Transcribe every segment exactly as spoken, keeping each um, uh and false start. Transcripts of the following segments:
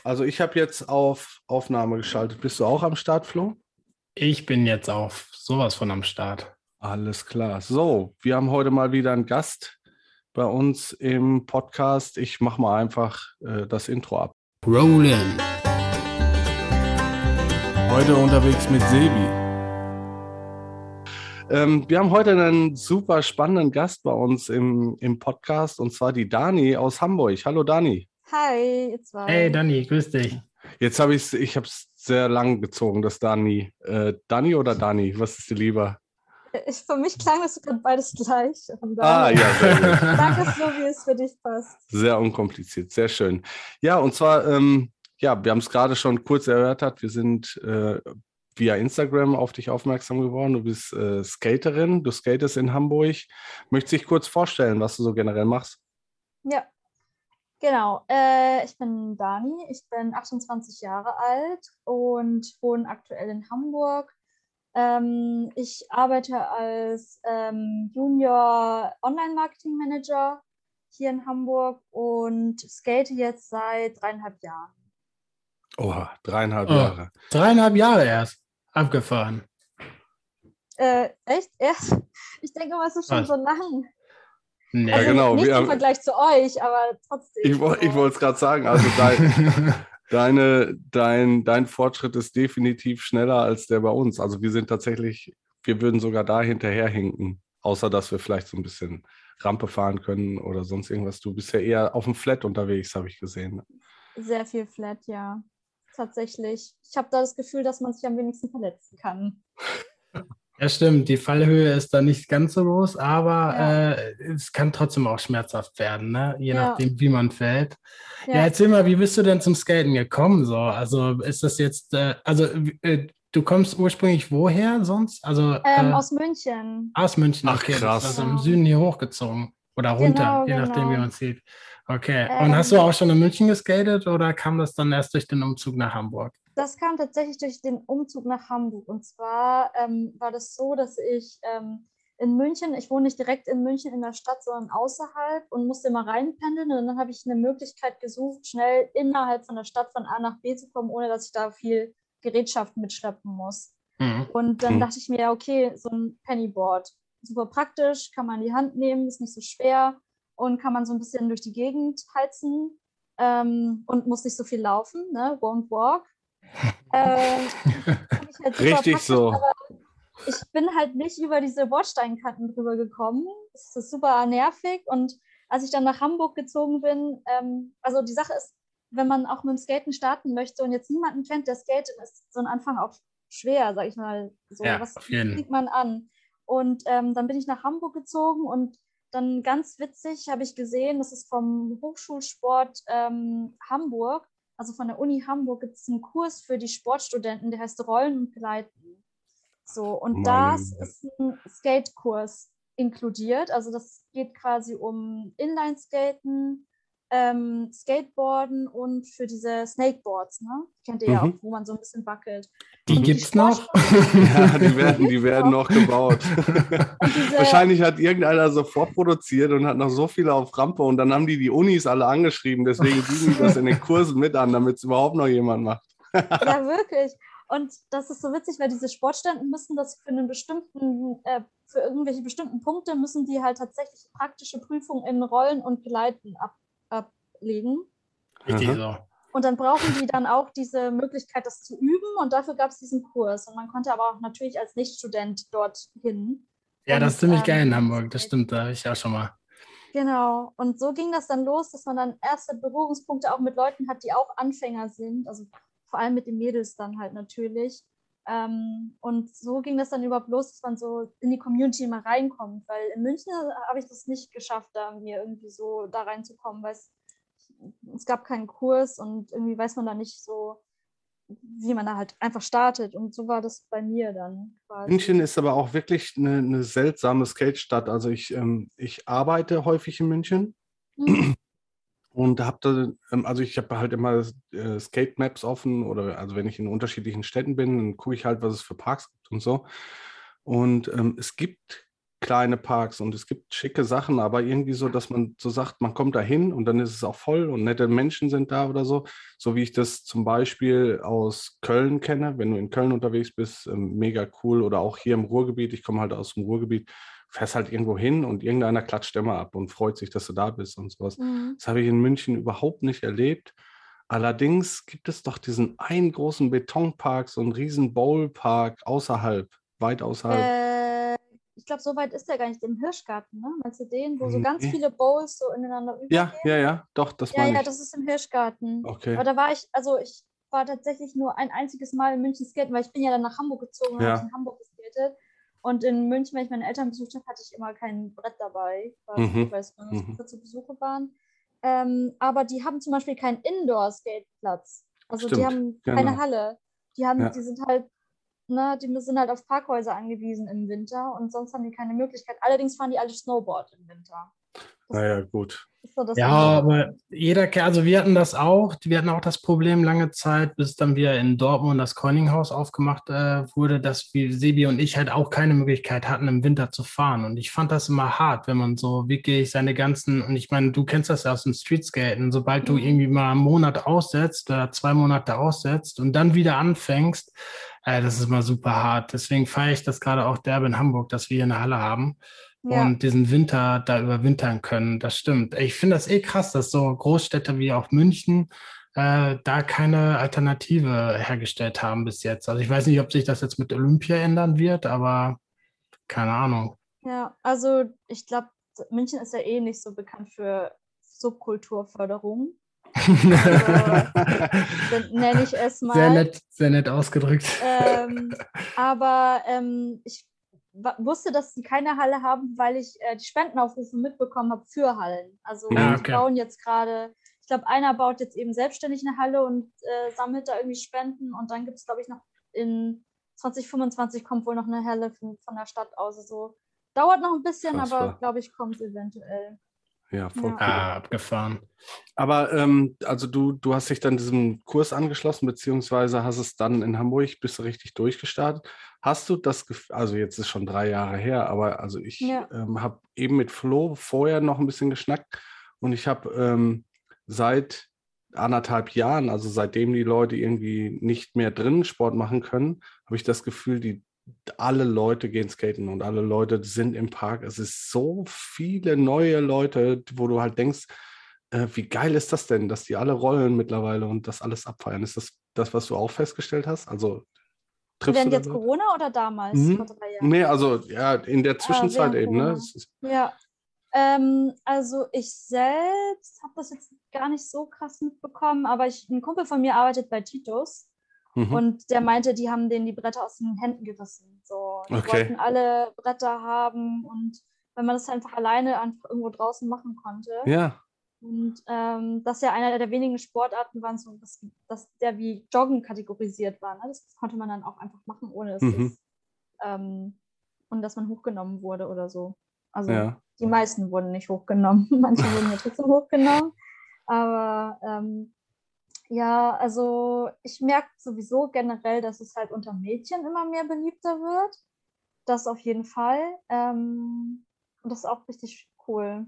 Also ich habe jetzt auf Aufnahme geschaltet. Bist du auch am Start, Flo? Ich bin jetzt auf sowas von am Start. Alles klar. So, wir haben heute mal wieder einen Gast bei uns im Podcast. Ich mache mal einfach äh, das Intro ab. Rollin. Heute unterwegs mit Sebi. Ähm, wir haben heute einen super spannenden Gast bei uns im, im Podcast, und zwar die Dani aus Hamburg. Hallo Dani. Hi, ihr Hey zwei. Dani, grüß dich. Jetzt habe ich es, ich habe es sehr lang gezogen, das Dani. Äh, Dani oder Dani? Was ist dir lieber? Ich, für mich klang das gerade beides gleich. Von Ah, daher ja, sehr gut. sag es so, wie es für dich passt. Sehr unkompliziert, sehr schön. Ja, und zwar, ähm, ja, wir haben es gerade schon kurz erörtert, wir sind äh, via Instagram auf dich aufmerksam geworden. Du bist äh, Skaterin, du skatest in Hamburg. Möchtest du dich kurz vorstellen, was du so generell machst? Ja, genau. Äh, ich bin Dani, ich bin achtundzwanzig Jahre alt und wohne aktuell in Hamburg. Ähm, ich arbeite als ähm, Junior Online-Marketing Manager hier in Hamburg und skate jetzt seit dreieinhalb Jahren. Oha, dreieinhalb Oh, Jahre. dreieinhalb Jahre erst. Abgefahren. Äh, echt? Erst? Ich denke mal, es ist schon Was? so lang. Nee. Ja, Also genau. nicht Wir im haben, Vergleich zu euch, aber trotzdem. ich woll- ich so. wollte es gerade sagen, also dein, deine, dein, dein Fortschritt ist definitiv schneller als der bei uns. Also wir sind tatsächlich, wir würden sogar da hinterherhinken, außer dass wir vielleicht so ein bisschen Rampe fahren können oder sonst irgendwas. Du bist ja eher auf dem Flat unterwegs, habe ich gesehen. Sehr viel Flat, ja. Tatsächlich. Ich habe da das Gefühl, dass man sich am wenigsten verletzen kann. Ja, stimmt. Die Fallhöhe ist da nicht ganz so groß, aber Ja, äh, es kann trotzdem auch schmerzhaft werden, ne? Je ja, nachdem, wie man fällt. Ja, ja. erzähl mal, wie bist du denn zum Skaten gekommen? So, also ist das jetzt, äh, also äh, du kommst ursprünglich woher sonst? Also Ähm, äh, aus München. aus München, Ach, okay, bist krass. also im Genau, Süden hier hochgezogen oder runter, genau, je nachdem, wie genau. man sieht. Okay, und hast du Ähm, auch schon in München geskatet oder kam das dann erst durch den Umzug nach Hamburg? Das kam tatsächlich durch den Umzug nach Hamburg. Und zwar ähm, war das so, dass ich ähm, in München, ich wohne nicht direkt in München in der Stadt, sondern außerhalb und musste immer reinpendeln. Und dann habe ich eine Möglichkeit gesucht, schnell innerhalb von der Stadt von A nach B zu kommen, ohne dass ich da viel Gerätschaft mitschleppen muss. Mhm. Und dann Hm. dachte ich mir, ja, okay, so ein Pennyboard, super praktisch, kann man in die Hand nehmen, ist nicht so schwer und kann man so ein bisschen durch die Gegend heizen ähm, und muss nicht so viel laufen, ne? Won't walk. Äh, Fand ich halt super Richtig praktisch, so. aber ich bin halt nicht über diese Bordsteinkanten drüber gekommen. Das ist super nervig. Und als ich dann nach Hamburg gezogen bin, ähm, also die Sache ist, wenn man auch mit dem Skaten starten möchte und jetzt niemanden kennt, der skatet, ist so ein Anfang auch schwer, sag ich mal. So, Ja, was auf wie jeden. fängt man an? Und ähm, dann bin ich nach Hamburg gezogen und dann ganz witzig habe ich gesehen, das ist vom Hochschulsport ähm, Hamburg, also von der Uni Hamburg, gibt es einen Kurs für die Sportstudenten, der heißt Rollen und Gleiten. So, und Meine das Güte. ist ein Skate-Kurs inkludiert. Also das geht quasi um Inline-Skaten, ähm, Skateboarden und für diese Snakeboards, ne? Kennt ihr ja auch, Mhm. wo man so ein bisschen wackelt. Die Und die gibt's noch? Sportstunden, Ja, die die werden, die gibt's werden noch. noch gebaut. Und diese, Wahrscheinlich hat irgendeiner so vorproduziert und hat noch so viele auf Rampe, und dann haben die die Unis alle angeschrieben. Deswegen bieten die das in den Kursen mit an, damit es überhaupt noch jemand macht. ja, wirklich. Und das ist so witzig, weil diese Sportstätten müssen das für einen bestimmten, äh, für irgendwelche bestimmten Punkte müssen die halt tatsächlich praktische Prüfungen in Rollen und Gleiten ab, ablegen. Richtig Aha. so. Und dann brauchen die dann auch diese Möglichkeit, das zu üben. Und dafür gab es diesen Kurs. Und man konnte aber auch natürlich als Nichtstudent dorthin. Ja, das Und ist ziemlich geil in ähm, Hamburg, das stimmt, da habe ich auch schon mal. genau. Und so ging das dann los, dass man dann erste Berührungspunkte auch mit Leuten hat, die auch Anfänger sind. Also vor allem mit den Mädels dann halt natürlich. Ähm, und so ging das dann überhaupt los, dass man so in die Community mal reinkommt. Weil in München habe ich das nicht geschafft, da mir irgendwie so da reinzukommen, weil es, es gab keinen Kurs und irgendwie weiß man da nicht so, wie man da halt einfach startet. Und so war das bei mir dann München quasi. ist aber auch wirklich eine, eine seltsame Skate-Stadt. Also ich, ähm, ich arbeite häufig in München Hm. und habe da, ähm, also ich habe halt immer äh, Skate-Maps offen, oder also wenn ich in unterschiedlichen Städten bin, dann gucke ich halt, was es für Parks gibt und so. Und ähm, es gibt kleine Parks und es gibt schicke Sachen, aber irgendwie so, dass man so sagt, man kommt da hin und dann ist es auch voll und nette Menschen sind da oder so. So wie ich das zum Beispiel aus Köln kenne. Wenn du in Köln unterwegs bist, ähm, mega cool. Oder auch hier im Ruhrgebiet, ich komme halt aus dem Ruhrgebiet, fährst halt irgendwo hin und irgendeiner klatscht immer ab und freut sich, dass du da bist und sowas. Mhm. Das habe ich in München überhaupt nicht erlebt. Allerdings gibt es doch diesen einen großen Betonpark, so einen riesen Bowlpark außerhalb, weit außerhalb. Äh, ich glaube, so weit ist der gar nicht, im Hirschgarten, ne? Meinst du den, wo so ganz Nee. viele Bowls so ineinander Ja, übergehen? ja, ja, doch, das Ja, meine ja, ich. das ist im Hirschgarten. Okay. Aber da war ich, also ich war tatsächlich nur ein einziges Mal in München skaten, weil ich bin ja dann nach Hamburg gezogen und Ja. habe ich in Hamburg geskatet. Und in München, wenn ich meine Eltern besucht habe, hatte ich immer kein Brett dabei, quasi, Mhm. weil es nur Mhm. kurze Besuche waren. Ähm, aber die haben zum Beispiel keinen Indoor-Skateplatz. Also die Stimmt, haben keine genau. Halle. Die haben, Ja. die sind halt, ne, die sind halt auf Parkhäuser angewiesen im Winter und sonst haben die keine Möglichkeit. Allerdings fahren die alle Snowboard im Winter. Das Naja, gut. ist so das Ja, Einzige. aber jeder, ke- also wir hatten das auch, wir hatten auch das Problem lange Zeit, bis dann wieder in Dortmund das Corninghaus aufgemacht äh, wurde, dass wir, Sebi und ich halt auch keine Möglichkeit hatten, im Winter zu fahren. Und ich fand das immer hart, wenn man so wirklich seine ganzen, und ich meine, du kennst das ja aus dem Streetskaten, sobald du Mhm. irgendwie mal einen Monat aussetzt oder zwei Monate aussetzt und dann wieder anfängst, äh, das ist mal super hart. Deswegen feiere ich das gerade auch derbe in Hamburg, dass wir hier eine Halle haben. Ja. Und diesen Winter da überwintern können. Das stimmt. Ich finde das eh krass, dass so Großstädte wie auch München äh, da keine Alternative hergestellt haben bis jetzt. Also ich weiß nicht, ob sich das jetzt mit Olympia ändern wird, aber keine Ahnung. Ja, also ich glaube, München ist ja eh nicht so bekannt für Subkulturförderung. Also, nenne ich es mal. Sehr nett, sehr nett ausgedrückt. Ähm, aber ähm, ich wa- wusste, dass sie keine Halle haben, weil ich äh, die Spendenaufrufe mitbekommen habe für Hallen. Also Ah, die okay. bauen jetzt gerade, ich glaube, einer baut jetzt eben selbstständig eine Halle und äh, sammelt da irgendwie Spenden und dann gibt es, glaube ich, noch in zwanzig fünfundzwanzig kommt wohl noch eine Halle von, von der Stadt aus. Also dauert noch ein bisschen, Krass, aber wa? glaube ich, kommt es eventuell. Ja, voll Ja. cool. Ah, abgefahren. Aber ähm, also du, du hast dich dann diesem Kurs angeschlossen, beziehungsweise hast es dann in Hamburg, bist du richtig durchgestartet. Hast du das Gefühl, also jetzt ist schon drei Jahre her, aber also ich Ja. ähm, habe eben mit Flo vorher noch ein bisschen geschnackt und ich habe ähm, seit anderthalb Jahren, also seitdem die Leute irgendwie nicht mehr drinnen Sport machen können, habe ich das Gefühl, die alle Leute gehen skaten und alle Leute sind im Park. Es ist so viele neue Leute, wo du halt denkst, äh, wie geil ist das denn, dass die alle rollen mittlerweile und das alles abfeiern. Ist das das, was du auch festgestellt hast? Also triffst Während du da jetzt Leute? Corona oder damals, Mhm. vor drei Jahren? Nee, also ja, in der Ah, Zwischenzeit während eben, ne? Corona. Es ist, Ja, ähm, also ich selbst habe das jetzt gar nicht so krass mitbekommen, aber ich, ein Kumpel von mir arbeitet bei Titus mhm. und der meinte, die haben denen die Bretter aus den Händen gerissen. So, die Okay. wollten alle Bretter haben und wenn man das einfach alleine einfach irgendwo draußen machen konnte. Ja, Und ähm, das ja einer der wenigen Sportarten waren, so, dass, dass der wie Joggen kategorisiert war. Ne? Das konnte man dann auch einfach machen, ohne dass mhm. es ähm, und dass man hochgenommen wurde oder so. Also Ja. die meisten wurden nicht hochgenommen, manche wurden ja trotzdem hochgenommen. Aber ähm, ja, also ich merke sowieso generell, dass es halt unter Mädchen immer mehr beliebter wird. Das auf jeden Fall. Ähm, und das ist auch richtig cool.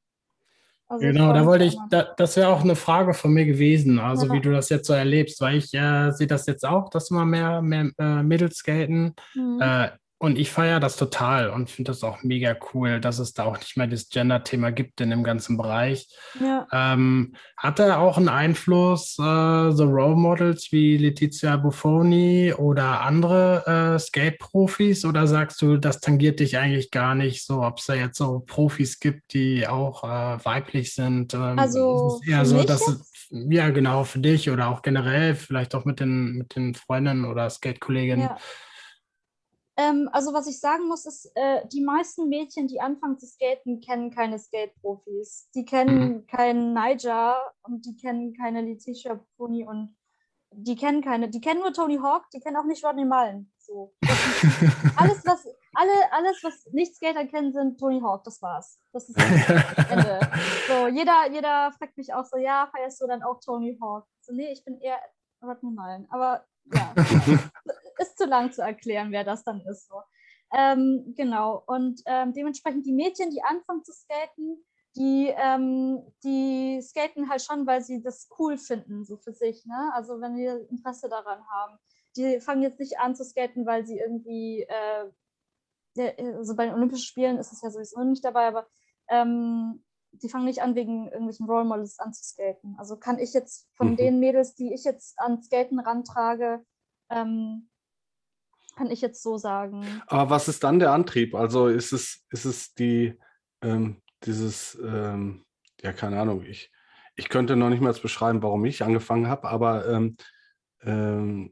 Also ich Genau, freue da mich wollte da ich, immer da, drauf. das wäre auch eine Frage von mir gewesen, also Ja. wie du das jetzt so erlebst, weil ich äh, sehe das jetzt auch, dass immer mehr, mehr äh, Mädels skaten Mhm. äh, und ich feiere das total und finde das auch mega cool, dass es da auch nicht mehr das Gender-Thema gibt in dem ganzen Bereich. Ja. Ähm, hat er auch einen Einfluss, äh, so Role Models wie Letizia Buffoni oder andere äh, Skate-Profis oder sagst du, das tangiert dich eigentlich gar nicht so, ob es da jetzt so Profis gibt, die auch äh, weiblich sind? Ähm, Also es ist eher für so, mich dass jetzt? es, ja genau, für dich oder auch generell, vielleicht auch mit den, mit den Freundinnen oder Skate-Kolleginnen. Ja. Ähm, also was ich sagen muss, ist, äh, die meisten Mädchen, die anfangen zu skaten, kennen keine Skate-Profis. Die kennen Mhm. keinen Nyjah und die kennen keine Letitia Buffoni und die kennen keine, die kennen nur Tony Hawk, die kennen auch nicht Rodney Mullen. So. Das ist alles, was, alle, alles, was nicht Skater kennen, sind Tony Hawk, das war's. Das ist Ende. So, jeder, jeder fragt mich auch so, ja, feierst du dann auch Tony Hawk? So, nee, ich bin eher Rodney Mullen. Aber ja, ist zu lang zu erklären, wer das dann ist. So. Ähm, genau. Und ähm, dementsprechend die Mädchen, die anfangen zu skaten, die, ähm, die skaten halt schon, weil sie das cool finden, so für sich. Ne? Also wenn wir Interesse daran haben. Die fangen jetzt nicht an zu skaten, weil sie irgendwie, äh, der, also bei den Olympischen Spielen ist es ja sowieso nicht dabei, aber ähm, die fangen nicht an, wegen irgendwelchen Role Models anzuskaten. Also kann ich jetzt von Mhm. den Mädels, die ich jetzt an Skaten rantrage, ähm, kann ich jetzt so sagen. Aber was ist dann der Antrieb? Also ist es, ist es die, ähm, dieses, ähm, ja, keine Ahnung, ich, ich könnte noch nicht mal beschreiben, warum ich angefangen habe, aber ähm, ähm,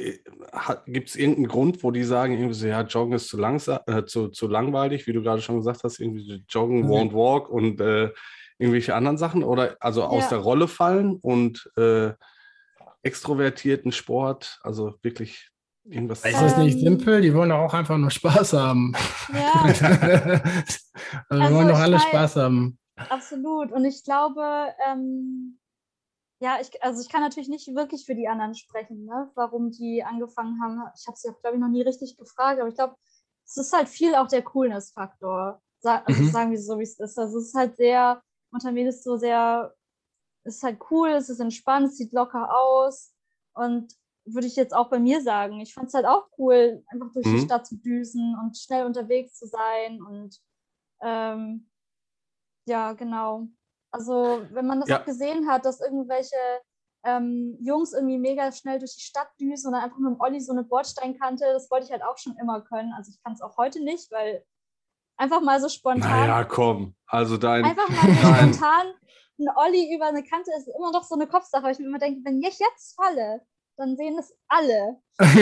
gibt es irgendeinen Grund, wo die sagen, irgendwie so, ja, Joggen ist zu, langsam, äh, zu, zu langweilig, wie du gerade schon gesagt hast, irgendwie so Joggen, won't walk und äh, irgendwelche anderen Sachen? Oder also aus Ja. der Rolle fallen und äh, extrovertierten Sport, also wirklich irgendwas Ist das nicht Ähm, simpel? Die wollen doch auch einfach nur Spaß haben. Ja, Also wir also wollen doch ich alle meine, Spaß haben. absolut. Und ich glaube, ähm, ja, ich, also ich kann natürlich nicht wirklich für die anderen sprechen, ne? Warum die angefangen haben. Ich habe sie, glaube ich, noch nie richtig gefragt, aber ich glaube, es ist halt viel auch der Coolness-Faktor. Sa also Mhm. sagen wir so, wie es ist. Also es ist halt sehr, unter mir ist so sehr, es ist halt cool, es ist entspannt, es sieht locker aus. Und würde ich jetzt auch bei mir sagen, ich fand es halt auch cool, einfach durch die Mhm. Stadt zu düsen und schnell unterwegs zu sein. Und ähm, ja, genau. Also, wenn man das auch Ja, gesehen hat, dass irgendwelche ähm, Jungs irgendwie mega schnell durch die Stadt düsen und dann einfach mit dem Olli so eine Bordsteinkante, das wollte ich halt auch schon immer können. Also, ich kann es auch heute nicht, weil einfach mal so spontan, naja, komm. Also dein, einfach mal so dein, spontan ein Olli über eine Kante ist immer noch so eine Kopfsache, weil ich mir immer denke, wenn ich jetzt falle, dann sehen es alle.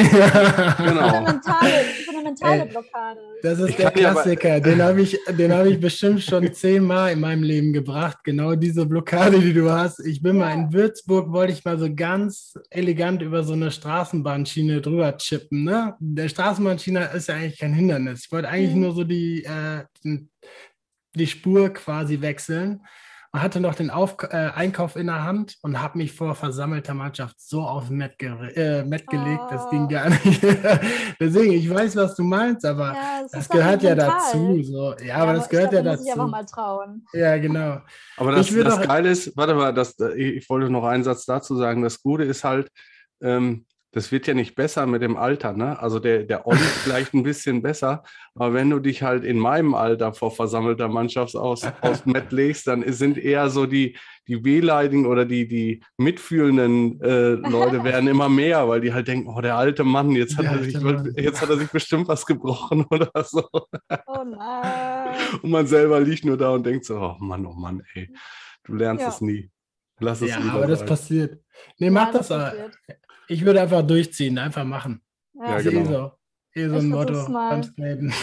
So eine genau. mentale, so eine mentale Ey, Blockade. das Ich ist der kann ja aber, Klassiker. Den habe ich, den habe ich bestimmt schon zehnmal in meinem Leben gebracht. Genau diese Blockade, die du hast. Ich bin mal Ja, in Würzburg, wollte ich mal so ganz elegant über so eine Straßenbahnschiene drüber chippen. Ne? Der Straßenbahnschiene ist ja eigentlich kein Hindernis. Ich wollte eigentlich mhm. nur so die, äh, die Spur quasi wechseln und hatte noch den Auf äh, Einkauf in der Hand und habe mich vor versammelter Mannschaft so aufs Met, ge äh, Met gelegt, das ging Oh, gar nicht. Deswegen, ich weiß, was du meinst, aber ja, es das ist auch gehört ja mental. dazu. So. Ja, Ja, aber das aber ich gehört glaube, ja da muss ich einfach dazu. mal trauen. Ja, genau. aber Ich das, würde das doch, Geile ist, warte mal, das, ich wollte noch einen Satz dazu sagen. Das Gute ist halt, ähm, das wird ja nicht besser mit dem Alter, ne? Also der, der Olli vielleicht ein bisschen besser, aber wenn du dich halt in meinem Alter vor versammelter Mannschaft aus, aus Met legst, dann sind eher so die, die wehleidigen oder die, die mitfühlenden äh, Leute werden immer mehr, weil die halt denken, oh, der alte Mann, jetzt hat der er alte sich, Mann. jetzt hat er sich bestimmt was gebrochen oder so. Oh nein. Und man selber liegt nur da und denkt so, oh Mann, oh Mann, ey, du lernst es Ja, nie. Lass es Ja, lieber aber das sein. passiert. Nee, mach ja, das. das äh, passiert. Ich würde einfach durchziehen, einfach machen. Ja, Ja, Das ist eh genau. so. Eh so ich ein versuch's Motto beim mal. Skaten.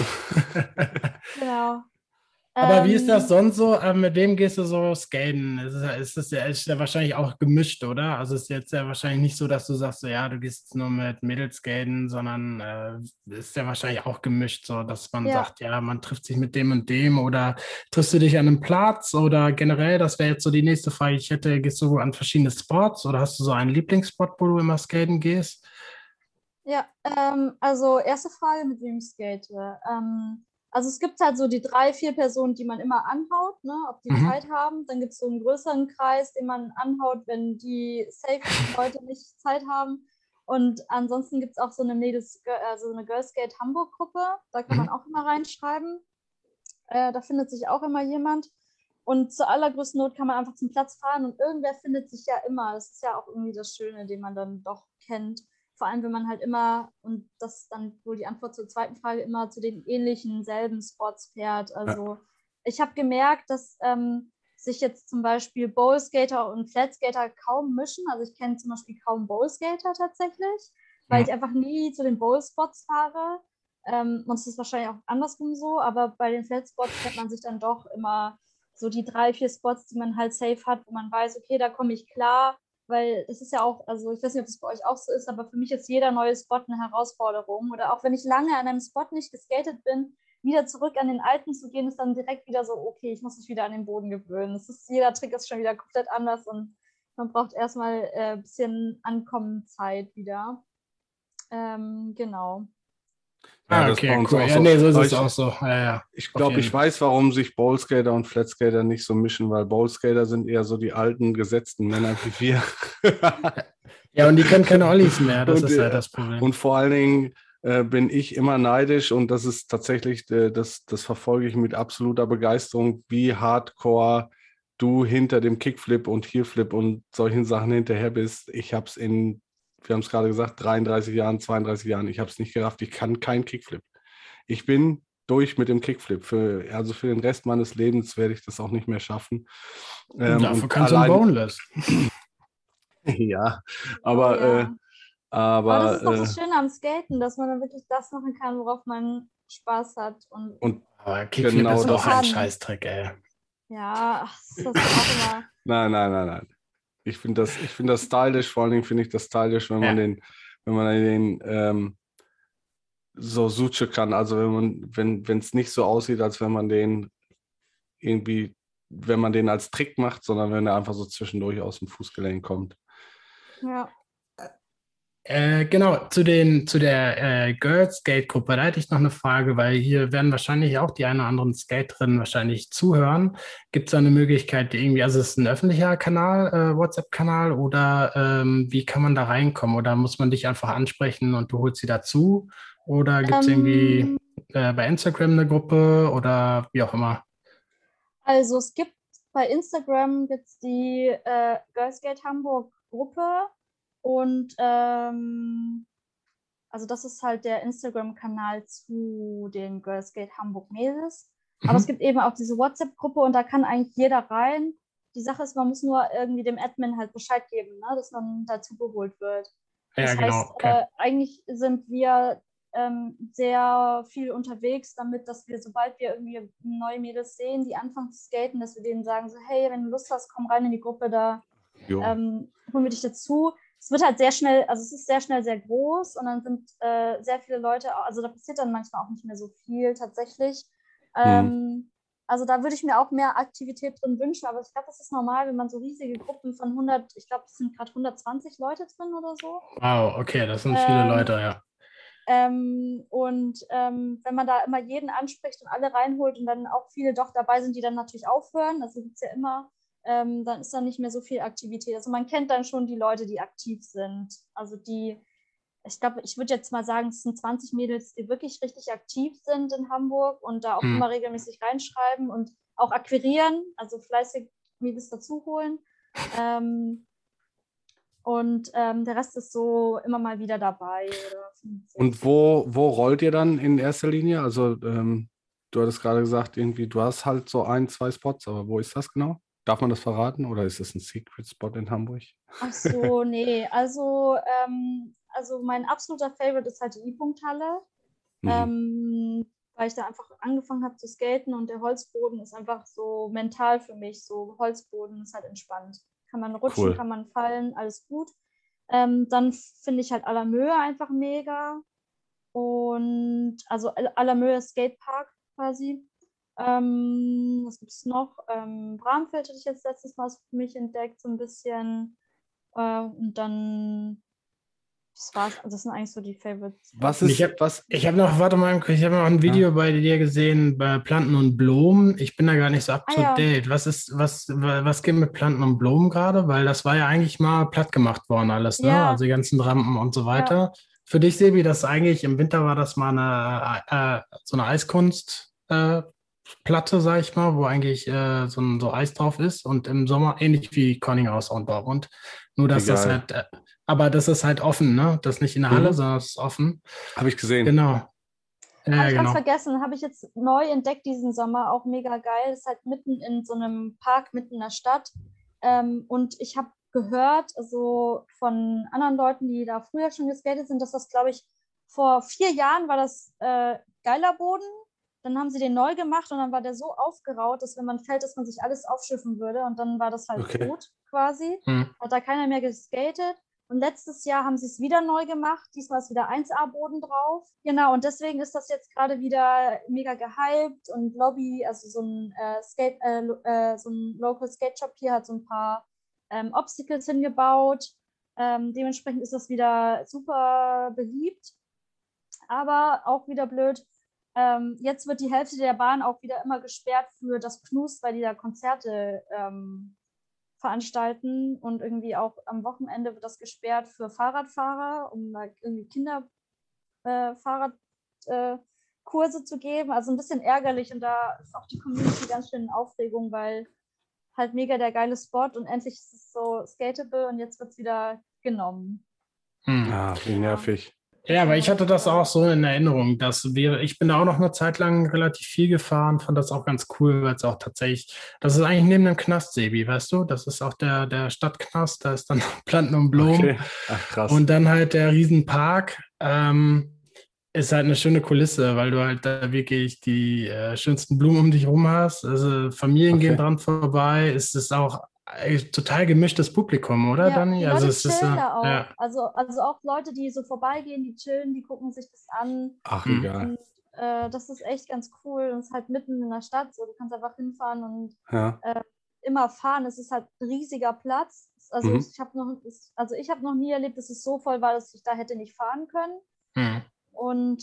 Genau. Aber wie ist das Ähm, sonst so? Ähm, Mit wem gehst du so skaten? Es ist, ist das ja, ist ja wahrscheinlich auch gemischt, oder? Also es ist jetzt ja wahrscheinlich nicht so, dass du sagst, so, ja, du gehst jetzt nur mit Mädels skaten, sondern äh, ist ja wahrscheinlich auch gemischt, so dass man ja, sagt, ja, man trifft sich mit dem und dem oder triffst du dich an einem Platz oder generell, das wäre jetzt so die nächste Frage, ich hätte, gehst du an verschiedene Spots oder hast du so einen Lieblingsspot, wo du immer skaten gehst? ja. Ähm, also erste Frage, mit wem ich skate. Ähm, also es gibt halt so die drei, vier Personen, die man immer anhaut, ne, ob die Mhm. Zeit haben. Dann gibt es so einen größeren Kreis, den man anhaut, wenn die Safe-Leute nicht Zeit haben. Und ansonsten gibt es auch so eine Mädels, also eine Girls Skate Hamburg-Gruppe. Da kann man Mhm. auch immer reinschreiben. Äh, da findet sich auch immer jemand. Und zur allergrößten Not kann man einfach zum Platz fahren und irgendwer findet sich ja immer. Das ist ja auch irgendwie das Schöne, den man dann doch kennt. Vor allem, wenn man halt immer, und das ist dann wohl die Antwort zur zweiten Frage, immer zu den ähnlichen, selben Spots fährt. Ja. Also ich habe gemerkt, dass ähm, sich jetzt zum Beispiel Bowlskater und Flatskater kaum mischen. Also ich kenne zum Beispiel kaum Bowlskater tatsächlich, weil ich Ja. einfach nie zu den Bowl-Spots fahre. Ähm, und es ist wahrscheinlich auch andersrum so, aber bei den Flat-Spots kennt man sich dann doch immer so die drei, vier Spots, die man halt safe hat, wo man weiß, okay, da komme ich klar, weil es ist ja auch, also ich weiß nicht, ob es bei euch auch so ist, aber für mich ist jeder neue Spot eine Herausforderung. Oder auch wenn ich lange an einem Spot nicht geskatet bin, wieder zurück an den alten zu gehen, ist dann direkt wieder so, okay, ich muss mich wieder an den Boden gewöhnen. Es ist, jeder Trick ist schon wieder komplett anders und man braucht erstmal ein äh, bisschen Ankommenzeit wieder. Ähm, genau. Ja, Ah, das ist bei okay, uns cool. auch Ja, so. nee, so ist Aber es ich, auch so. Ja, ja, ich auf glaube, ich jeden Fall. weiß, warum sich Bowlskater und Flatskater nicht so mischen, weil Bowlskater sind eher so die alten, gesetzten Männer wie wir. Ja, und die können keine Ollies mehr, das Und, ist halt äh, das Problem. und vor allen Dingen äh, bin ich immer neidisch und das ist tatsächlich, äh, das, das verfolge ich mit absoluter Begeisterung, wie hardcore du hinter dem Kickflip und Heelflip und solchen Sachen hinterher bist. Ich habe es in, wir haben es gerade gesagt, dreiunddreißig Jahren, zweiunddreißig Jahren, ich habe es nicht gerafft. Ich kann keinen Kickflip. Ich bin durch mit dem Kickflip. Für, also für den Rest meines Lebens werde ich das auch nicht mehr schaffen. Und Ähm, dafür und kannst du ein allein, Boneless. ja, Oh aber, äh, ja. Aber das aber, ist doch äh, das Schöne am Skaten, dass man dann wirklich das machen kann, worauf man Spaß hat. Und und Aber Kickflip genau ist und auch das ein kann. ist, Scheißtrick, ey. Ja, ach, das ist auch immer. nein, nein, nein, nein. Ich finde das, ich finde das stylisch, vor allen Dingen finde ich das stylisch, wenn man Ja. den, wenn man den ähm, so Suche kann. Also wenn man, wenn, wenn es nicht so aussieht, als wenn man den irgendwie, wenn man den als Trick macht, sondern wenn er einfach so zwischendurch aus dem Fußgelenk kommt. Ja. Äh, genau, zu den, zu der äh, Girls Skate Gruppe, da hätte ich noch eine Frage, weil hier werden wahrscheinlich auch die ein oder anderen Skaterinnen wahrscheinlich zuhören. Gibt es da eine Möglichkeit, die irgendwie, also ist es ein öffentlicher Kanal, äh, WhatsApp-Kanal oder ähm, wie kann man da reinkommen? Oder muss man dich einfach ansprechen und du holst sie dazu? Oder gibt es irgendwie Ähm, äh, bei Instagram eine Gruppe oder wie auch immer? also es gibt bei Instagram gibt's die äh, Girls Gate Hamburg Gruppe und ähm, also das ist halt der Instagram-Kanal zu den Girls Gate Hamburg Mädels. Aber es Mhm. gibt eben auch diese WhatsApp-Gruppe und da kann eigentlich jeder rein. Die Sache ist, man muss nur irgendwie dem Admin halt Bescheid geben, ne, dass man dazu geholt wird. Ja, Das genau, heißt, okay. äh, eigentlich sind wir ähm, sehr viel unterwegs damit, dass wir, sobald wir irgendwie neue Mädels sehen, die anfangen zu skaten, dass wir denen sagen, so, hey, wenn du Lust hast, komm rein in die Gruppe, da Jo. ähm, holen wir dich dazu. Es wird halt sehr schnell, also es ist sehr schnell sehr groß und dann sind äh, sehr viele Leute, also da passiert dann manchmal auch nicht mehr so viel tatsächlich. Hm. Ähm, also da würde ich mir auch mehr Aktivität drin wünschen, aber ich glaube, das ist normal, wenn man so riesige Gruppen von hundert, ich glaube, es sind gerade hundertzwanzig Leute drin oder so. Wow, okay, das sind viele Ähm, Leute, ja. ähm, und ähm, wenn man da immer jeden anspricht und alle reinholt und dann auch viele doch dabei sind, die dann natürlich aufhören, also gibt es ja immer, ähm, dann ist da nicht mehr so viel Aktivität. Also man kennt dann schon die Leute, die aktiv sind. Also die, ich glaube, ich würde jetzt mal sagen, es sind zwanzig Mädels, die wirklich richtig aktiv sind in Hamburg und da auch Hm. immer regelmäßig reinschreiben und auch akquirieren, also fleißig Mädels dazu holen. Ähm, und ähm, der Rest ist so immer mal wieder dabei oder findet Und sich. wo, wo rollt ihr dann in erster Linie? Also, ähm, du hattest gerade gesagt, irgendwie, du hast halt so ein, zwei Spots, aber wo ist das genau? Darf man das verraten oder ist das ein Secret Spot in Hamburg? Ach so, nee. Also, ähm, also mein absoluter Favorite ist halt die I-Punkt-Halle, Mhm. ähm, weil ich da einfach angefangen habe zu skaten und der Holzboden ist einfach so mental für mich. So Holzboden ist halt entspannt. Kann man rutschen, Cool. kann man fallen, alles gut. Ähm, dann finde ich halt Alamöhe einfach mega. Und also Al- Alamöhe Skatepark quasi. Ähm, was gibt es noch? Ähm, Bramfeld hatte ich jetzt letztes Mal für mich entdeckt, so ein bisschen. Äh, und dann, das war's. Also das sind eigentlich so die Favorite Was Und Spots. ich ist, habe was? ich hab noch, warte mal, ich habe noch ein Ja? Video bei dir gesehen bei Planten und Blumen. Ich bin da gar nicht so up Ah to ja, date. Was ist, was, wa- was geht mit Planten und Blumen gerade? Weil das war ja eigentlich mal platt gemacht worden alles, ne? Also ja, die ganzen Rampen und so ja, weiter. Für dich, Sebi, das eigentlich im Winter war das mal eine, äh, so eine Eiskunst, äh, Platte, sag ich mal, wo eigentlich äh, so, ein, so Eis drauf ist und im Sommer ähnlich wie Conning-Haus und Dortmund. Nur, Wie dass das geil. halt, äh, aber das ist halt offen, ne? Das ist nicht in der Halle, Mhm. sondern es ist offen. Habe ich gesehen. ja. Genau. Ja, Habe ja, ich ganz genau. vergessen, habe ich jetzt neu entdeckt diesen Sommer, auch mega geil. Ist halt mitten in so einem Park, mitten in der Stadt. Ähm, und ich habe gehört, also von anderen Leuten, die da früher schon geskatet sind, dass das, glaube ich, vor vier Jahren war das äh, geiler Boden. Dann haben sie den neu gemacht und dann war der so aufgeraut, dass wenn man fällt, dass man sich alles aufschiffen würde. Und dann war das halt Okay. tot quasi. Hm. Hat da keiner mehr geskatet. Und letztes Jahr haben sie es wieder neu gemacht. Diesmal ist wieder eins A-Boden drauf. Genau, und deswegen ist das jetzt gerade wieder mega gehypt. Und Lobby, also so ein, äh, Skate, äh, äh, so ein Local Skate Shop hier hat so ein paar ähm, Obstacles hingebaut. Ähm, dementsprechend ist das wieder super beliebt. Aber auch wieder blöd, ähm, jetzt wird die Hälfte der Bahn auch wieder immer gesperrt für das Knust, weil die da Konzerte ähm, veranstalten und irgendwie auch am Wochenende wird das gesperrt für Fahrradfahrer, um da irgendwie Kinderfahrradkurse äh, äh, zu geben. Also ein bisschen ärgerlich und da ist auch die Community ganz schön in Aufregung, weil halt mega der geile Spot und endlich ist es so skatable und jetzt wird es wieder genommen. Hm. Ah, wie nervig. Ja, aber ich hatte das auch so in Erinnerung, dass wir, ich bin da auch noch eine Zeit lang relativ viel gefahren, fand das auch ganz cool, weil es auch tatsächlich, das ist eigentlich neben dem Knast, Sebi, weißt du? Das ist auch der, der Stadtknast, da ist dann Planten und Blumen. Okay. Ach, krass. Und dann halt der Riesenpark, ähm, ist halt eine schöne Kulisse, weil du halt da wirklich die äh, schönsten Blumen um dich rum hast. Also Familien Okay. gehen dran vorbei. Es ist auch äh, total gemischtes Publikum, oder, Ja, Dani? die Also Leute es ist chillen äh, da auch. ja. Also, also auch Leute, die so vorbeigehen, die chillen, die gucken sich das an. Ach, Hm. egal. Und äh, das ist echt ganz cool. Und es ist halt mitten in der Stadt, so du kannst einfach hinfahren und Ja. äh, immer fahren. Es ist halt ein riesiger Platz. Also Mhm. ich habe noch, also ich habe noch nie erlebt, dass es so voll war, dass ich da hätte nicht fahren können. Hm. Und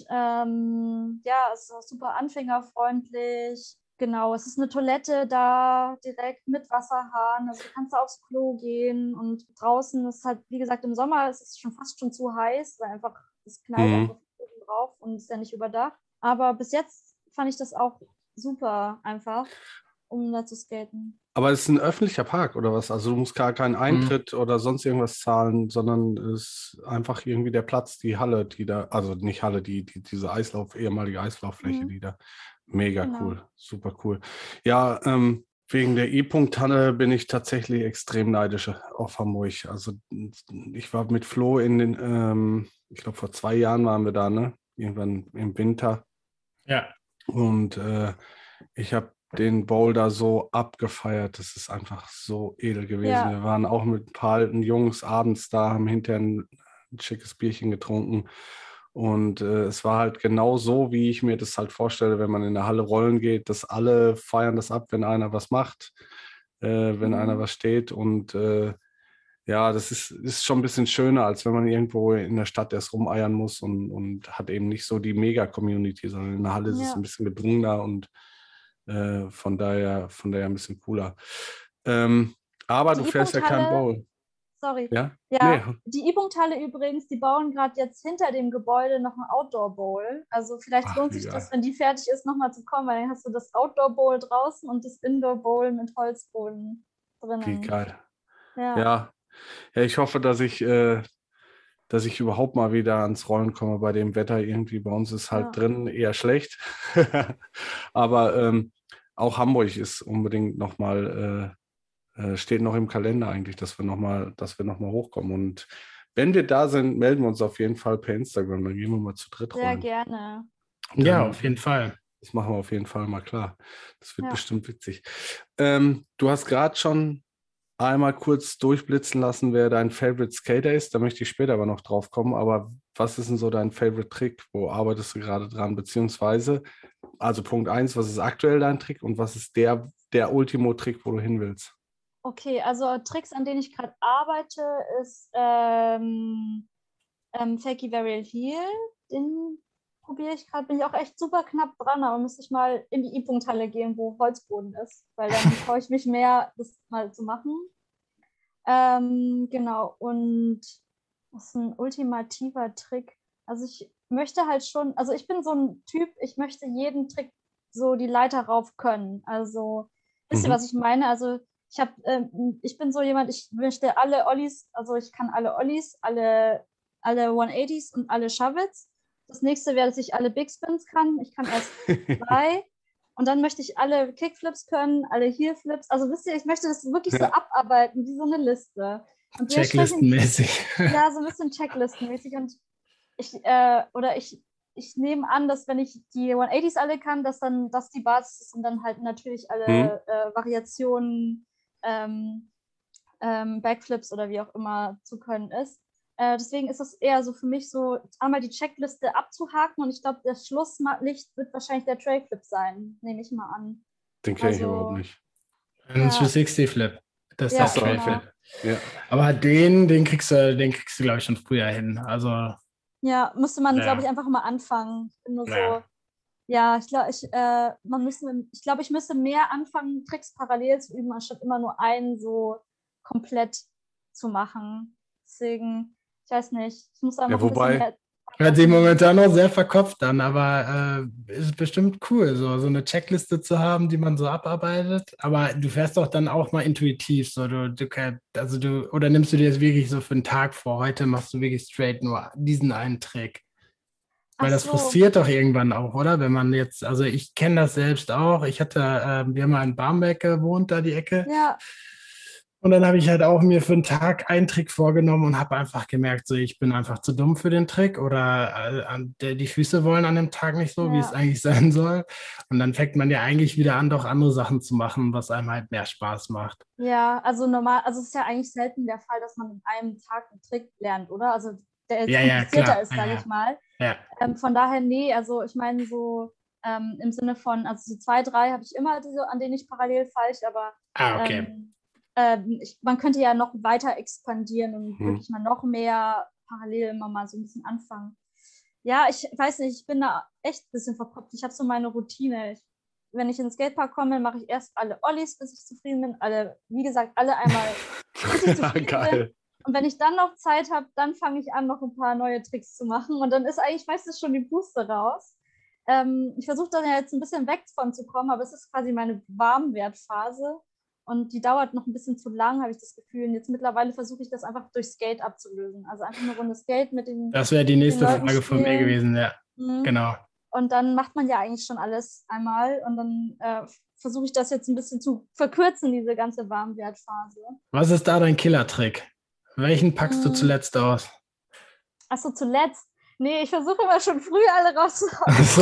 ähm, ja, es ist auch super anfängerfreundlich. Genau, es ist eine Toilette da direkt mit Wasserhahn. Also du kannst da aufs Klo gehen und draußen ist halt, wie gesagt, im Sommer ist es schon fast schon zu heiß, weil einfach es knallt Mhm. einfach oben drauf und ist ja nicht überdacht. Aber bis jetzt fand ich das auch super einfach, um da zu skaten. Aber es ist ein öffentlicher Park oder was? Also du musst gar keinen Eintritt oder sonst irgendwas zahlen, sondern es ist einfach irgendwie der Platz, die Halle, die da, also nicht Halle, die, die diese Eislauf, ehemalige Eislauffläche, Mhm. die da. Mega Genau. cool, super cool. Ja, ähm, wegen der E-Punkt-Halle bin ich tatsächlich extrem neidisch auf Hamburg. Also ich war mit Flo in den, ähm, ich glaube vor zwei Jahren waren wir da, ne? Irgendwann im Winter. Ja. Und äh, ich habe den Boulder so abgefeiert. Das ist einfach so edel gewesen. Ja. Wir waren auch mit ein paar alten Jungs abends da, haben hinterher ein, ein schickes Bierchen getrunken. Und äh, es war halt genau so, wie ich mir das halt vorstelle, wenn man in der Halle rollen geht, dass alle feiern das ab, wenn einer was macht, äh, wenn Mhm. einer was steht. Und äh, ja, das ist, ist schon ein bisschen schöner, als wenn man irgendwo in der Stadt erst rumeiern muss und, und hat eben nicht so die Mega-Community, sondern in der Halle ist es Ja. ein bisschen gedrungener und äh, von daher, von daher ein bisschen cooler. Ähm, aber Die du fährst ja kein E-Punkt-Halle- Bowl. Sorry. Ja? Ja, Nee. die E-Punkt-Halle übrigens, die bauen gerade jetzt hinter dem Gebäude noch ein Outdoor-Bowl. Also vielleicht Ach, lohnt wie sich geil. das, wenn die fertig ist, nochmal zu kommen, weil dann hast du das Outdoor-Bowl draußen und das Indoor-Bowl mit Holzboden drinnen. Wie geil. Ja. Ja. Ja, ich hoffe, dass ich, äh, dass ich überhaupt mal wieder ans Rollen komme bei dem Wetter. Irgendwie bei uns ist halt Ja. drin eher schlecht. Aber ähm, auch Hamburg ist unbedingt nochmal, äh, äh, steht noch im Kalender eigentlich, dass wir nochmal, dass wir noch mal hochkommen. Und wenn wir da sind, melden wir uns auf jeden Fall per Instagram. Dann gehen wir mal zu dritt Sehr rollen. gerne. Ja, Dann- auf jeden Fall. Das machen wir auf jeden Fall mal klar. Das wird Ja. bestimmt witzig. Ähm, du hast gerade schon einmal kurz durchblitzen lassen, wer dein Favorite Skater ist. Da möchte ich später aber noch drauf kommen. Aber was ist denn so dein Favorite Trick? Wo arbeitest du gerade dran? Beziehungsweise, also Punkt eins, was ist aktuell dein Trick und was ist der, der Ultimo-Trick, wo du hin willst? Okay, also Tricks, an denen ich gerade arbeite, ist ähm, ähm, Fakey Varial Heel. Den probiere ich gerade, bin ich auch echt super knapp dran, aber müsste ich mal in die E-Punkt-Halle gehen, wo Holzboden ist, weil dann traue ich mich mehr, das mal zu machen. Ähm, genau, und was ist ein ultimativer Trick? Also ich möchte halt schon, also ich bin so ein Typ, ich möchte jeden Trick so die Leiter rauf können. Also, wisst ihr, Mhm. was ich meine? Also ich habe, ähm, ich bin so jemand, ich möchte alle Ollies, also ich kann alle Ollies, alle, alle hundertachtzig's und alle Shovels. Das nächste wäre, dass ich alle Big Spins kann. Ich kann erst drei. Und dann möchte ich alle Kickflips können, alle Heelflips. Also wisst ihr, ich möchte das wirklich so Ja. abarbeiten, wie so eine Liste. Und Checklistenmäßig. ja, so ein bisschen Checklistenmäßig. Und ich, äh, oder ich, ich nehme an, dass wenn ich die hundertachtzig's alle kann, dass dann das die Basis ist und dann halt natürlich alle Mhm. äh, Variationen, ähm, ähm, Backflips oder wie auch immer zu können ist. Äh, deswegen ist es eher so für mich so, einmal die Checkliste abzuhaken und ich glaube, das Schlusslicht wird wahrscheinlich der Trailflip sein, nehme ich mal an. Den kenne ich Also- überhaupt nicht. Ein Ja. dreihundertsechzig Flip. Das ist Ja, der so, Trailflip. genau. Ja. Aber den, den kriegst du, den kriegst du, glaube ich, schon früher hin. Also Ja, müsste man, Ja. glaube ich, einfach mal anfangen. Ich bin nur so, Ja. ja, ich glaube, ich, äh, man müsste, ich glaube, ich müsste mehr anfangen, Tricks parallel zu üben, anstatt immer nur einen so komplett zu machen. Deswegen, ich weiß nicht, ich muss einfach Ja, ein bisschen wobei, mehr. Hört sich momentan noch sehr verkopft an, aber äh, ist bestimmt cool, so, so eine Checkliste zu haben, die man so abarbeitet. Aber du fährst doch dann auch mal intuitiv, so du, du kann- also du, oder nimmst du dir das wirklich so für einen Tag vor? Heute machst du wirklich straight nur diesen einen Trick. Ach Weil das so, frustriert doch irgendwann auch, oder? Wenn man jetzt, also ich kenne das selbst auch. Ich hatte, äh, wir haben mal in Barmbek gewohnt, da die Ecke. ja, Und dann habe ich halt auch mir für einen Tag einen Trick vorgenommen und habe einfach gemerkt, so ich bin einfach zu dumm für den Trick oder äh, an- der- die Füße wollen an dem Tag nicht so, wie es ja, eigentlich sein soll. Und dann fängt man ja eigentlich wieder an, doch andere Sachen zu machen, was einem halt mehr Spaß macht. ja, also normal, also es ist ja eigentlich selten der Fall, dass man in einem Tag einen Trick lernt, oder? Also der jetzt Ja, ja, komplizierter klar. ist, sage Ja, ich mal. ja. Ähm, von daher, nee, also ich meine so ähm, im Sinne von, also so zwei, drei habe ich immer diese, an denen ich parallel falsch, aber Ah, okay. ähm, ähm, ich, man könnte ja noch weiter expandieren und hm. wirklich mal noch mehr parallel immer mal so ein bisschen anfangen. Ja, ich weiß nicht, ich bin da echt ein bisschen verkopft. Ich habe so meine Routine. Ich, wenn ich in den Skatepark komme, mache ich erst alle Ollies, bis ich zufrieden bin. Alle, wie gesagt, alle einmal, bis ich zufrieden bin. Geil. Und wenn ich dann noch Zeit habe, dann fange ich an, noch ein paar neue Tricks zu machen. Und dann ist eigentlich meistens schon die Puste raus. Ähm, ich versuche dann ja jetzt ein bisschen weg von zu kommen, aber es ist quasi meine Warmwertphase. Und die dauert noch ein bisschen zu lang, habe ich das Gefühl. Und jetzt mittlerweile versuche ich das einfach durch Skate abzulösen. Also einfach eine Runde Skate mit den, Das wäre die mit den nächste Leuten Frage von mir spielen. gewesen, ja. Mhm. Genau. Und dann macht man ja eigentlich schon alles einmal. Und dann äh, versuche ich das jetzt ein bisschen zu verkürzen, diese ganze Warmwertphase. Was ist da dein Killertrick? Welchen packst du Mhm. zuletzt aus? Achso, zuletzt. Nee, ich versuche immer schon früh alle rauszuhauen. Also,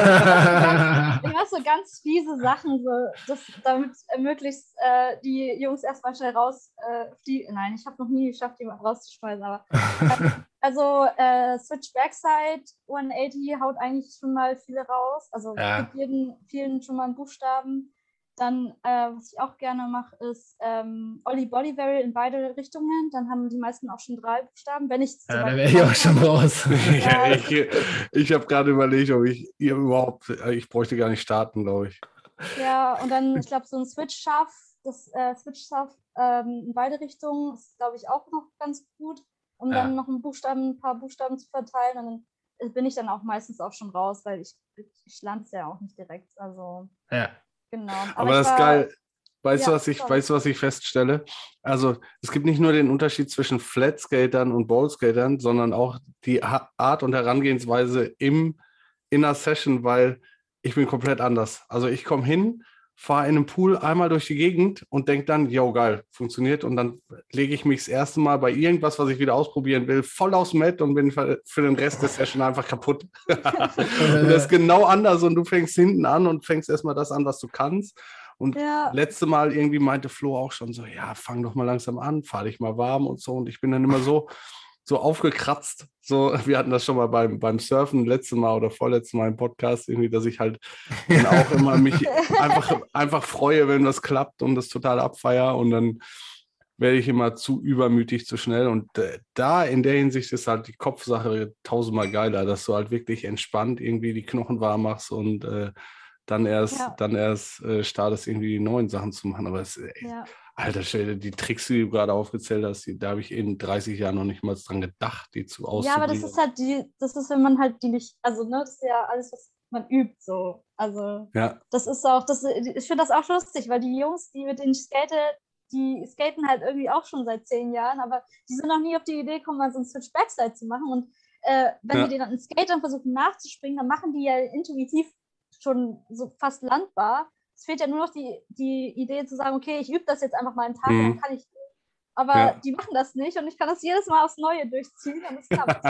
Ich mache so ganz fiese Sachen, so, das, damit äh, möglichst äh, die Jungs erstmal schnell raus äh, fliegen. Nein, ich habe noch nie geschafft, jemanden rauszuschmeißen, aber ähm, also äh, Switch Backside hundertachtzig haut eigentlich schon mal viele raus. Also ja. gibt jeden, vielen schon mal einen Buchstaben. Dann, äh, was ich auch gerne mache, ist ähm, Ollie Bolly Barrel in beide Richtungen. Dann haben die meisten auch schon drei Buchstaben. Wenn ich es Ja, da wäre ich auch schon raus. Ja, Ja. ich ich habe gerade überlegt, ob ich ihr überhaupt, ich bräuchte gar nicht starten, glaube ich. Ja, und dann, ich glaube, so ein Switch-Schaff, das äh, Switch-Schaff ähm, in beide Richtungen ist, glaube ich, auch noch ganz gut, um Ja. dann noch einen Buchstaben, ein paar Buchstaben zu verteilen. Und dann bin ich dann auch meistens auch schon raus, weil ich, ich lande es ja auch nicht direkt. Also, Ja. genau. Aber, Aber ich das ist war, geil. Weißt du, ja, was ich, sorry. weißt du, was ich feststelle? Also, es gibt nicht nur den Unterschied zwischen Flatskatern und Bowlskatern, sondern auch die Ha- Art und Herangehensweise im, in einer Session, weil ich bin komplett anders. Also, ich komme hin, fahre in einem Pool einmal durch die Gegend und denke dann, yo, geil, funktioniert. Und dann lege ich mich das erste Mal bei irgendwas, was ich wieder ausprobieren will, voll aufs Mat und bin für für den Rest der Session einfach kaputt. Und das ist genau anders und du fängst hinten an und fängst erstmal das an, was du kannst. Und Ja, letzte Mal irgendwie meinte Flo auch schon so, ja, fang doch mal langsam an, fahr dich mal warm und so. Und ich bin dann immer so, so aufgekratzt. So, wir hatten das schon mal beim, beim Surfen, letztes Mal oder vorletztes Mal im Podcast, irgendwie, dass ich halt dann auch immer mich einfach, einfach freue, wenn das klappt und das total abfeier. Und dann werde ich immer zu übermütig, zu schnell. Und äh, da in der Hinsicht ist halt die Kopfsache tausendmal geiler, dass du halt wirklich entspannt irgendwie die Knochen warm machst und äh, dann erst, ja, dann erst äh, startest, irgendwie die neuen Sachen zu machen. Aber es, ey, ja. alter Schwede, die Tricks, die du gerade aufgezählt hast, die, da habe ich in dreißig Jahren noch nicht mal dran gedacht, die zu Ja, aber das auszuprobieren. ist halt die, das ist, wenn man halt die nicht, also ne, das ist ja alles, was man übt, so. Also Ja, das ist auch, das, ich finde das auch lustig, weil die Jungs, die mit denen ich skate, die skaten halt irgendwie auch schon seit zehn Jahren, aber die sind noch nie auf die Idee gekommen, mal so einen Switch Backside zu machen. Und äh, wenn ja. die den dann in Skatern versuchen nachzuspringen, dann machen die ja intuitiv schon so fast landbar. Es fehlt ja nur noch die, die Idee zu sagen, okay, ich übe das jetzt einfach mal einen Tag Mhm. und dann kann ich. Aber Ja. die machen das nicht und ich kann das jedes Mal aufs Neue durchziehen und es klappt.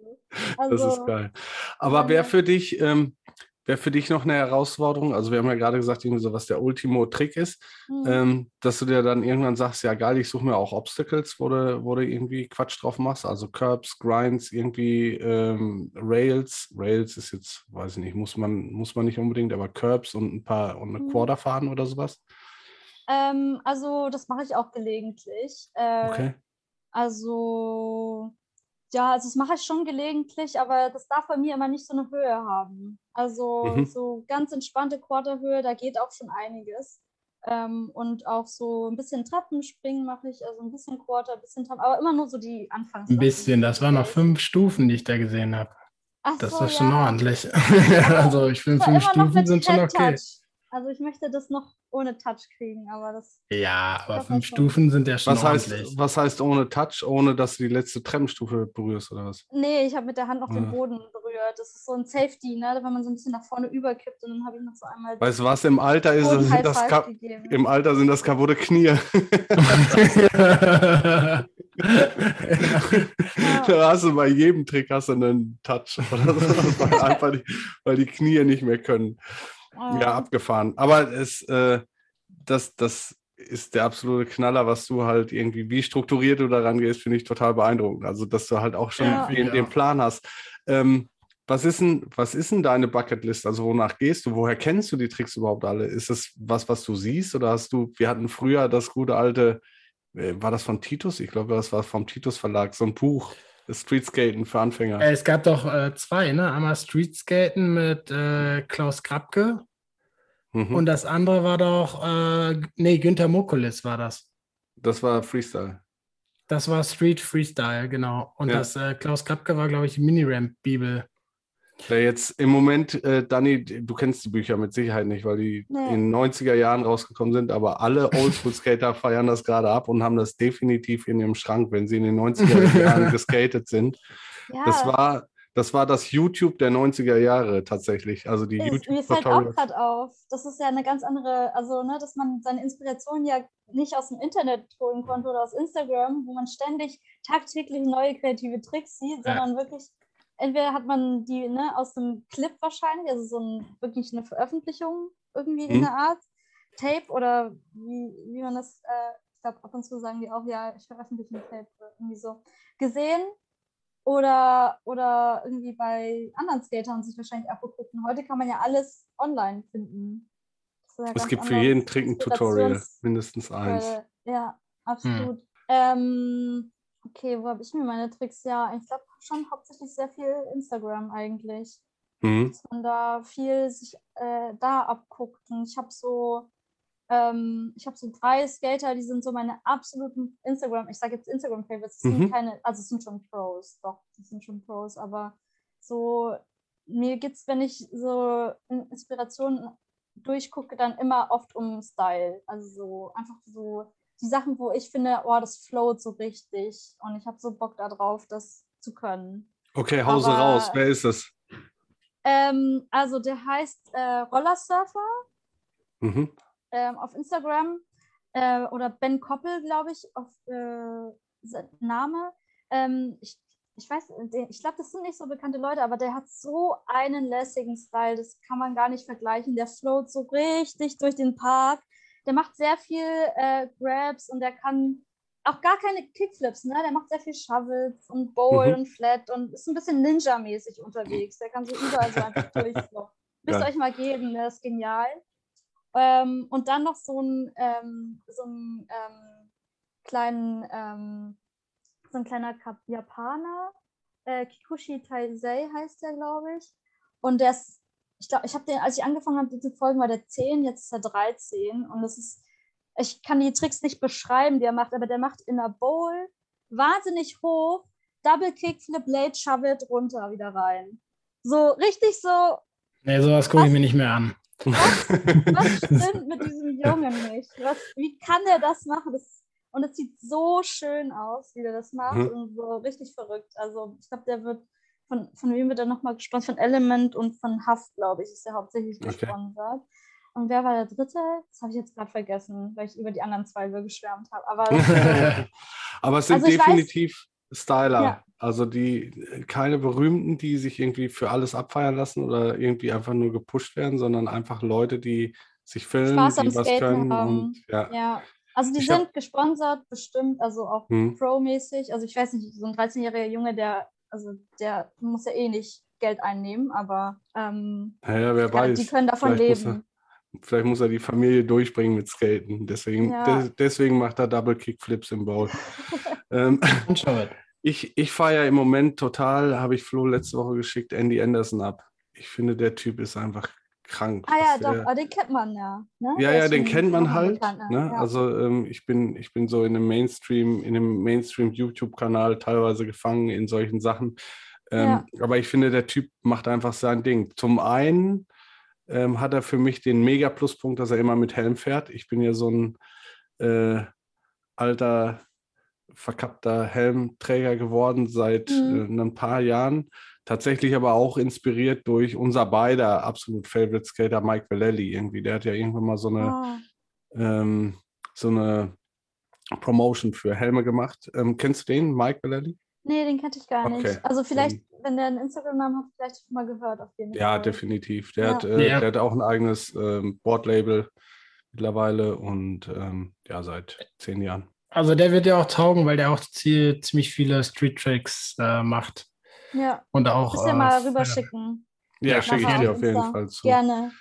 Also, Das ist geil. Aber wäre für dich, ähm, wäre für dich noch eine Herausforderung, also wir haben ja gerade gesagt, irgendwie so, was der Ultimo-Trick ist, hm, ähm, dass du dir dann irgendwann sagst, ja geil, ich suche mir auch Obstacles, wo du, wo du irgendwie Quatsch drauf machst, also Curbs, Grinds, irgendwie ähm, Rails. Rails ist jetzt, weiß ich nicht, muss man, muss man nicht unbedingt, aber Curbs und ein paar und eine hm. Quarter fahren oder sowas. ähm, also das mache ich auch gelegentlich. Äh, Okay. Also Ja, also das mache ich schon gelegentlich, aber das darf bei mir immer nicht so eine Höhe haben. Also Mhm. so ganz entspannte Quarterhöhe, da geht auch schon einiges. Ähm, und auch so ein bisschen Treppenspringen mache ich, also ein bisschen Quarter, ein bisschen Treppen, aber immer nur so die Ein Anfangssachen. bisschen, das die waren noch Basics. fünf Stufen, die ich da gesehen habe. Ach Das so, ist schon ja. ordentlich. Aber Also ich finde, aber fünf immer noch Stufen mit sind schon Head okay. Touch. Also ich möchte das noch ohne Touch kriegen, aber das Ja, aber schaffen wir fünf schon. Stufen sind ja schon Was heißt, ordentlich. was heißt ohne Touch, ohne dass du die letzte Treppenstufe berührst oder was? Nee, ich habe mit der Hand noch den Ja. Boden berührt. Das ist so ein Safety, ne? Wenn man so ein bisschen nach vorne überkippt und dann habe ich noch so einmal Weißt du was, im Alter ist Boden es, sind High das Five Ka- gegeben. im Alter sind das kaputte Knie. Ja. Da hast du bei jedem Trick hast du einen Touch oder so, weil einfach die, weil die Knie nicht mehr können. Ja, Ja. abgefahren. Aber es, äh, das, das ist der absolute Knaller, was du halt irgendwie, wie strukturiert du daran gehst, finde ich total beeindruckend. Also, dass du halt auch schon Ja. den, den Plan hast. Ähm, was ist denn, was ist denn deine Bucketlist? Also, wonach gehst du? Woher kennst du die Tricks überhaupt alle? Ist das was, was du siehst? Oder hast du, wir hatten früher das gute alte, äh, war das von Titus? Ich glaube, das war vom Titus Verlag, so ein Buch, Streetskaten für Anfänger. Äh, Es gab doch äh, zwei, ne? Einmal Streetskaten mit äh, Klaus Krabke Mhm. und das andere war doch, äh, nee, Günter Mokulis war das. Das war Freestyle. Das war Street Freestyle, genau. Und Ja. das äh, Klaus Krabke war, glaube ich, Mini-Ramp-Bibel. Der jetzt im Moment, äh, Dani, du kennst die Bücher mit Sicherheit nicht, weil die Nee. in den neunziger Jahren rausgekommen sind, aber alle Oldschool-Skater feiern das gerade ab und haben das definitiv in ihrem Schrank, wenn sie in den neunziger Jahren geskatet sind. Ja, Das war, das war das YouTube der neunziger Jahre tatsächlich. Also die ist, mir fällt auch YouTube-Tutorials. gerade auf, das ist ja eine ganz andere, also ne, dass man seine Inspiration ja nicht aus dem Internet holen konnte oder aus Instagram, wo man ständig tagtäglich neue kreative Tricks sieht, Ja. sondern wirklich, entweder hat man die ne, aus einem Clip wahrscheinlich, also so ein, wirklich eine Veröffentlichung irgendwie in Mhm. der Art, Tape oder wie, wie man das, äh, ich glaube ab und zu sagen die auch, ja, ich veröffentliche ein Tape, irgendwie so, gesehen. Oder, oder irgendwie bei anderen Skatern sich wahrscheinlich abgeguckt. Und heute kann man ja alles online finden. Das ist ja Es ganz gibt für anders jeden Trick ein Tutorial, Inspirations- mindestens eins. Quelle. Ja, absolut. Ähm, okay, wo habe ich mir meine Tricks? Ja, ich glaube schon hauptsächlich sehr viel Instagram eigentlich. Mhm. Dass man da viel sich äh, da abguckt. Und ich habe so, ähm, ich habe so drei Skater, die sind so meine absoluten Instagram, ich sage jetzt Instagram-Favorites, das Mhm. sind keine, also es sind schon Pros, doch, das sind schon Pros, aber so, mir geht es, wenn ich so Inspirationen durchgucke, dann immer oft um Style. Also so einfach so die Sachen, wo ich finde, oh, das float so richtig und ich habe so Bock darauf, das zu können. Okay, Hause Aber- raus. Wer ist es? Ähm, also der heißt äh, Rollersurfer Mhm. ähm, auf Instagram äh, oder Ben Koppel, glaube ich, auf äh, sein Name. Ähm, ich, ich weiß, der, ich glaube, das sind nicht so bekannte Leute, aber der hat so einen lässigen Style, das kann man gar nicht vergleichen. Der float so richtig durch den Park. Der macht sehr viel äh, Grabs und der kann auch gar keine Kickflips, ne? Der macht sehr viel Shovels und Bowl Mhm. und Flat und ist ein bisschen Ninja-mäßig unterwegs. Der kann so überall so einfach durchflogen. Müsst ihr Geil. euch mal geben, ne? Das ist genial. Ähm, und dann noch so ein, ähm, so ein ähm, kleinen, ähm, so ein kleiner Kap- Japaner, äh, Kikuchi Taisei heißt der, glaube ich. Und der ist, ich glaube, ich habe den, als ich angefangen habe, diese Folgen, war der zehn, jetzt ist er dreizehn. Und das ist, ich kann die Tricks nicht beschreiben, die er macht, aber der macht in der Bowl wahnsinnig hoch, Double Kickflip, Late Shove It runter wieder rein. So richtig so, Nee, sowas gucke ich Was? mir nicht mehr an. was, was stimmt mit diesem Jungen nicht? Was, wie kann der das machen? Das, und es sieht so schön aus, wie der das macht Mhm. und so richtig verrückt. Also ich glaube, der wird, von, von wem wird er nochmal gesponsert? Von Element und von Haft, glaube ich, ist der hauptsächlich Okay. gesponsert. Und wer war der dritte? Das habe ich jetzt gerade vergessen, weil ich über die anderen zwei so geschwärmt habe. Aber das, äh, Aber es sind Also ich weiß- definitiv Styler. Ja. Also die keine Berühmten, die sich irgendwie für alles abfeiern lassen oder irgendwie einfach nur gepusht werden, sondern einfach Leute, die sich filmen, Spaß am die was Skaten können. haben. Und ja. Ja, also die Ich sind hab- gesponsert, bestimmt, also auch Hm. Pro-mäßig. Also ich weiß nicht, so ein dreizehnjähriger Junge, der, also der muss ja eh nicht Geld einnehmen, aber ähm, Naja, wer ja, weiß. die können davon Vielleicht muss leben. Vielleicht muss er die Familie durchbringen mit Skaten. Deswegen, Ja. des, deswegen macht er Double Kickflips im Bowl. ähm, Schau it. Ich, ich feiere im Moment total, habe ich Flo letzte Woche geschickt, Andy Anderson ab. Ich finde, der Typ ist einfach krank. Ah ja, was doch, der, aber den kennt man ja. Ne? ja, Der ja, ist den schon kennt man nochmal halt. bekannt. Ne? Ne? Ja. Also ähm, ich bin, ich bin so in dem Mainstream, in dem Mainstream-YouTube-Kanal teilweise gefangen in solchen Sachen. Ähm, Ja. aber ich finde, der Typ macht einfach sein Ding. Zum einen ähm, hat er für mich den Mega-Pluspunkt, dass er immer mit Helm fährt. Ich bin ja so ein äh, alter, verkappter Helmträger geworden seit äh, Mhm. ein paar Jahren. Tatsächlich aber auch inspiriert durch unser beider absolut Favorite Skater Mike Vallely irgendwie. Der hat ja irgendwann mal so eine, Oh. ähm, so eine Promotion für Helme gemacht. Ähm, kennst du den, Mike Vallely? Nee, den kannte ich gar Okay. nicht. Also vielleicht, Ähm, wenn der einen Instagram-Namen hat, vielleicht schon mal gehört, auf jeden ja, Fall. definitiv. Der hat, Ja. äh, Ja. der hat auch ein eigenes ähm, Boardlabel mittlerweile und ähm, ja, seit zehn Jahren. Also der wird ja auch taugen, weil der auch zie- ziemlich viele Street-Tricks äh, macht. Ja. Und auch, Müsst ihr äh, mal Feuerwehr. rüberschicken. Ja, Ja, schicke auf ich Nachher auf dir jeden auf jeden Insta. Fall zu. Gerne.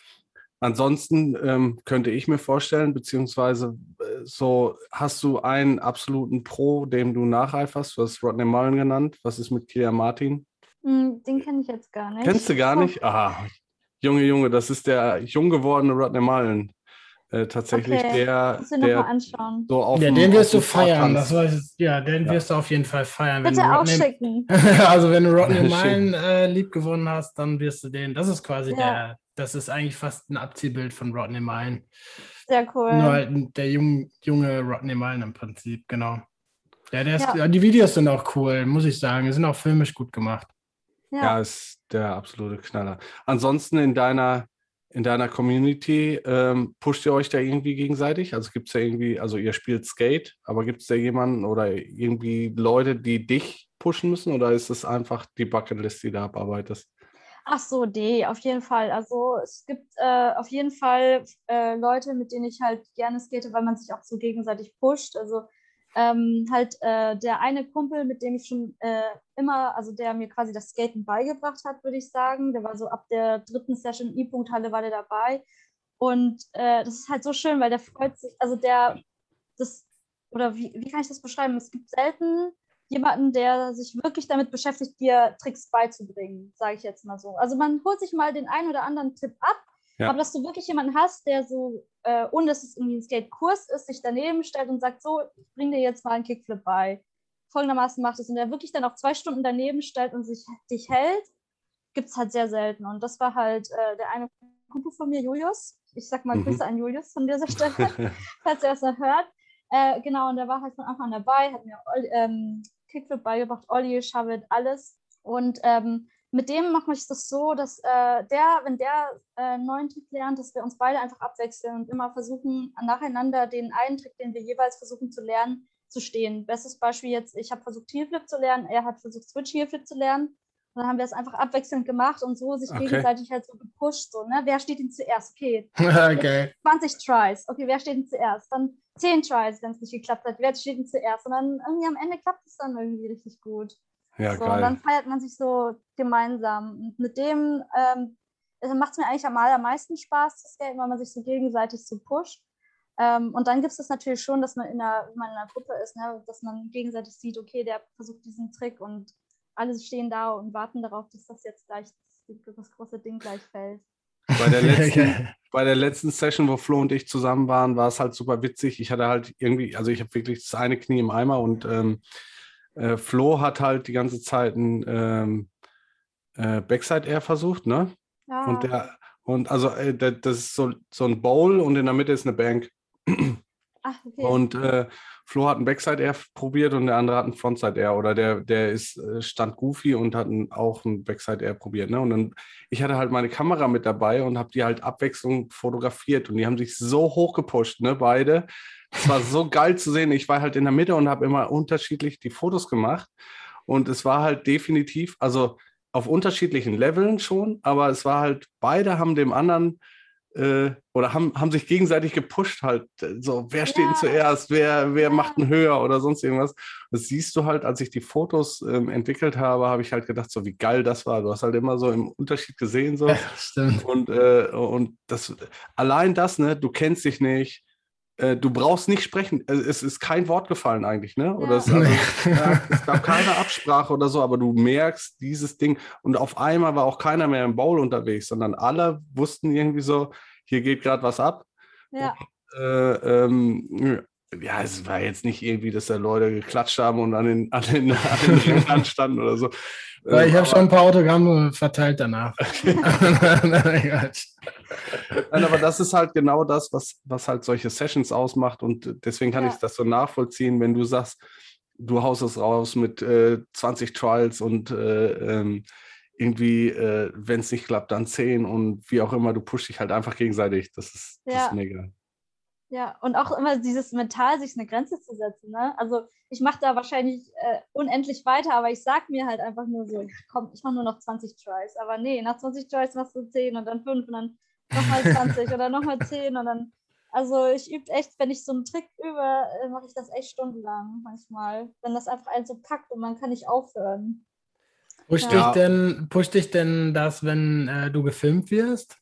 Ansonsten ähm, könnte ich mir vorstellen, beziehungsweise äh, so, hast du einen absoluten Pro, dem du nacheiferst? Du hast Rodney Mullen genannt. Was ist mit Kilian Martin? Hm, den kenne ich jetzt gar Kennst nicht. du gar nicht? Ah, Junge, Junge, das ist der jung gewordene Rodney Mullen. Äh, tatsächlich, Okay. der, Muss ich nochmal der anschauen. so auf Ja, dem, den auf wirst du dem feiern, das Vortanz. weiß ich. Ja, den Ja. wirst du auf jeden Fall feiern. Wenn Bitte du auch Rodney, schicken. also wenn du Rodney Schick. Mullen äh, lieb gewonnen hast, dann wirst du den. Das ist quasi Ja. der, das ist eigentlich fast ein Abziehbild von Rodney Mullen. Sehr cool. Nur halt der jung, junge Rodney Mullen im Prinzip, genau. Ja, der ist, Ja. ja, die Videos sind auch cool, muss ich sagen. Die sind auch filmisch gut gemacht. Ja, Ja. ist der absolute Knaller. Ansonsten in deiner, in deiner Community, ähm, pusht ihr euch da irgendwie gegenseitig? Also gibt es da irgendwie, also ihr spielt Skate, aber gibt es da jemanden oder irgendwie Leute, die dich pushen müssen oder ist es einfach die Bucketlist, die du abarbeitest? Ach so, nee, auf jeden Fall. Also es gibt äh, auf jeden Fall äh, Leute, mit denen ich halt gerne skate, weil man sich auch so gegenseitig pusht. Also ähm, halt äh, der eine Kumpel, mit dem ich schon äh, immer, also der mir quasi das Skaten beigebracht hat, würde ich sagen. Der war so ab der dritten Session I-Punkt-Halle war der dabei. Und äh, das ist halt so schön, weil der freut sich, also der, das, oder wie, wie kann ich das beschreiben? Es gibt selten jemanden, der sich wirklich damit beschäftigt, dir Tricks beizubringen, sage ich jetzt mal so. Also man holt sich mal den einen oder anderen Tipp ab, Ja. aber dass du wirklich jemanden hast, der so, äh, ohne dass es irgendwie ein Skate-Kurs ist, sich daneben stellt und sagt, so, ich bringe dir jetzt mal einen Kickflip bei. Folgendermaßen macht es. Und der wirklich dann auch zwei Stunden daneben stellt und sich dich hält, gibt es halt sehr selten. Und das war halt äh, der eine Kumpel von mir, Julius. Ich sag mal Mhm. Grüße an Julius von dieser Stelle, falls er das noch hört. Äh, genau, und der war halt von Anfang an dabei, hat mir ähm, Kickflip beigebracht, Ollie, Shove It, alles. Und ähm, mit dem mache ich das so, dass äh, der, wenn der äh, einen neuen Trick lernt, dass wir uns beide einfach abwechseln und immer versuchen, nacheinander den einen Trick, den wir jeweils versuchen zu lernen, zu stehen. Bestes Beispiel jetzt, ich habe versucht, Heelflip zu lernen, er hat versucht, Switch Heelflip zu lernen. Und dann haben wir es einfach abwechselnd gemacht und so sich Okay. gegenseitig halt so gepusht. So, ne? Wer steht denn zuerst? Okay, Okay. zwanzig Tries. Okay, wer steht denn zuerst? Dann zehn Tries, wenn es nicht geklappt hat. Wer steht denn zuerst? Und dann irgendwie am Ende klappt es dann irgendwie richtig gut. Ja, so, und dann geil. feiert man sich so gemeinsam. Und mit dem ähm, macht es mir eigentlich am allermeisten Spaß, das Skaten, weil man sich so gegenseitig so pusht. Ähm, und dann gibt es das natürlich schon, dass man in einer, wenn man in einer Gruppe ist, ne, dass man gegenseitig sieht, okay, der versucht diesen Trick und alle stehen da und warten darauf, dass das jetzt gleich das, das große Ding gleich fällt. Bei der letzten, bei der letzten Session, wo Flo und ich zusammen waren, war es halt super witzig. Ich hatte halt irgendwie, also ich habe wirklich das eine Knie im Eimer und ähm, äh, Flo hat halt die ganze Zeit ein ähm, äh, Backside Air versucht, ne? Ja. Und der, und also äh, der, das ist so, so ein Bowl und in der Mitte ist eine Bank. Ach, okay. Und äh, Flo hat einen Backside Air probiert und der andere hat einen Frontside Air oder der, der ist, äh, stand goofy und hat einen, auch einen Backside Air probiert. Ne? Und dann, ich hatte halt meine Kamera mit dabei und habe die halt abwechselnd fotografiert und die haben sich so hoch gepusht, ne, beide. Es war so geil zu sehen. Ich war halt in der Mitte und habe immer unterschiedlich die Fotos gemacht und es war halt definitiv, also auf unterschiedlichen Leveln schon, aber es war halt, beide haben dem anderen äh, oder haben, haben sich gegenseitig gepusht halt, so, wer steht denn Ja. zuerst, wer, wer Ja. macht einen höher oder sonst irgendwas. Das siehst du halt, als ich die Fotos ähm, entwickelt habe, habe ich halt gedacht, so wie geil das war. Du hast halt immer so im Unterschied gesehen, so. Ja, stimmt. Und, äh, und das, allein das, ne, du kennst dich nicht, äh, du brauchst nicht sprechen. Also, es ist kein Wort gefallen eigentlich, ne? Oder Ja. es, also, ja, es gab keine Absprache oder so, aber du merkst dieses Ding. Und auf einmal war auch keiner mehr im Bowl unterwegs, sondern alle wussten irgendwie so, hier geht gerade was ab. Ja. Äh, ähm, ja, es war jetzt nicht irgendwie, dass da Leute geklatscht haben und an den, an den, an den Rändern standen oder so. Weil ich Ähm, habe schon ein paar Autogramme verteilt danach. Nein, aber das ist halt genau das, was, was halt solche Sessions ausmacht. Und deswegen kann Ja. ich das so nachvollziehen, wenn du sagst, du haust es raus mit äh, zwanzig Trials und äh, ähm, irgendwie, äh, wenn es nicht klappt, dann zehn und wie auch immer, du pushst dich halt einfach gegenseitig. Das ist, das Ja. ist mega. Ja, und auch immer dieses mental, sich eine Grenze zu setzen. Ne? Also ich mache da wahrscheinlich äh, unendlich weiter, aber ich sag mir halt einfach nur so, komm, ich mache nur noch zwanzig Tries. Aber nee, nach zwanzig Tries machst du zehn und dann fünf und dann nochmal zwanzig oder nochmal zehn und dann, also ich übe echt, wenn ich so einen Trick übe, äh, mache ich das echt stundenlang manchmal, wenn das einfach einen so packt und man kann nicht aufhören. Pusht Ja. dich denn, pusht dich denn das, wenn äh, du gefilmt wirst?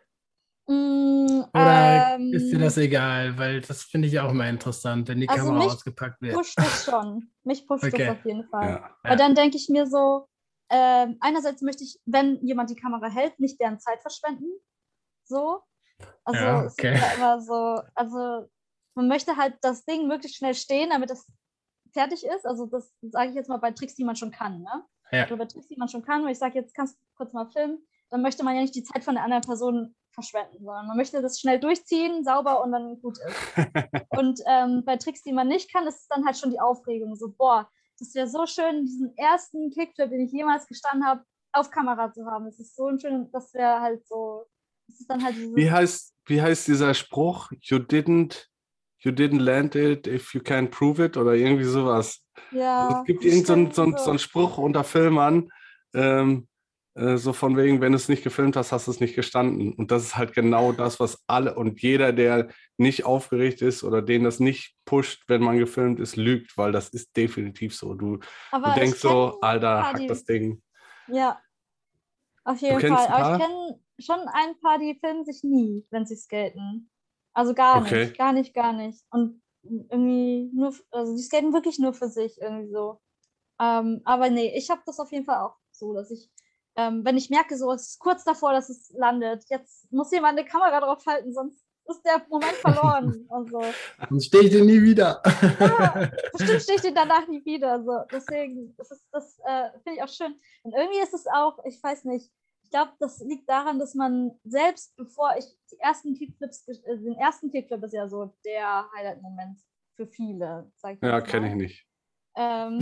Mm, Oder ähm, ist dir das egal? Weil das finde ich auch mal interessant, wenn die Also Kamera mich ausgepackt wird. pusht es schon. Mich pusht es Okay. auf jeden Fall. Ja. Weil Ja. dann denke ich mir so, ähm, einerseits möchte ich, wenn jemand die Kamera hält, nicht deren Zeit verschwenden. So. Also Ja, es okay. ist ja immer so, also man möchte halt das Ding möglichst schnell stehen, damit es fertig ist. Also das sage ich jetzt mal bei Tricks, die man schon kann. Ne? Ja. Oder bei Tricks, die man schon kann, wo ich sage, jetzt kannst du kurz mal filmen, dann möchte man ja nicht die Zeit von der anderen Person verschwenden, sondern man möchte das schnell durchziehen, sauber und dann gut ist. Und ähm, bei Tricks, die man nicht kann, ist es dann halt schon die Aufregung. So, boah, das wäre so schön, diesen ersten Kickflip, den ich jemals gestanden habe, auf Kamera zu haben. Es ist so ein schön, das wäre halt so, das ist dann halt dieses... Wie heißt, wie heißt dieser Spruch? You didn't, you didn't land it if you can't prove it oder irgendwie sowas. Ja, Also es gibt irgendeinen so, so, so. so einen Spruch unter Filmern, ähm, äh, so von wegen, wenn du es nicht gefilmt hast, hast du es nicht gestanden. Und das ist halt genau das, was alle und jeder, der nicht aufgeregt ist oder den das nicht pusht, wenn man gefilmt ist, lügt, weil das ist definitiv so. Du, Aber du denkst ich kenn so, ein Alter, paar, hack die- das Ding. Ja, auf Du jeden kennst Fall. ein Aber ich paar? kenne schon ein paar, die filmen sich nie, wenn sie skaten. Also gar Okay. nicht, gar nicht, gar nicht. Und irgendwie nur, also die skaten wirklich nur für sich irgendwie so. Ähm, aber nee, ich habe das auf jeden Fall auch so, dass ich, ähm, wenn ich merke, so es ist kurz davor, dass es landet, jetzt muss jemand eine Kamera drauf halten, sonst ist der Moment verloren. Also, Sonst stehe ich dir nie wieder. ja, bestimmt stehe ich den danach nie wieder. So. Deswegen, das, ist- das äh, finde ich auch schön. Und irgendwie ist es auch, ich weiß nicht, ich glaube, das liegt daran, dass man selbst, bevor ich die ersten Kickflips, gesch- äh, den ersten Kickflip ist ja so der Highlight-Moment für viele, sag ich Ja, jetzt kenne mal. ich nicht. Ähm,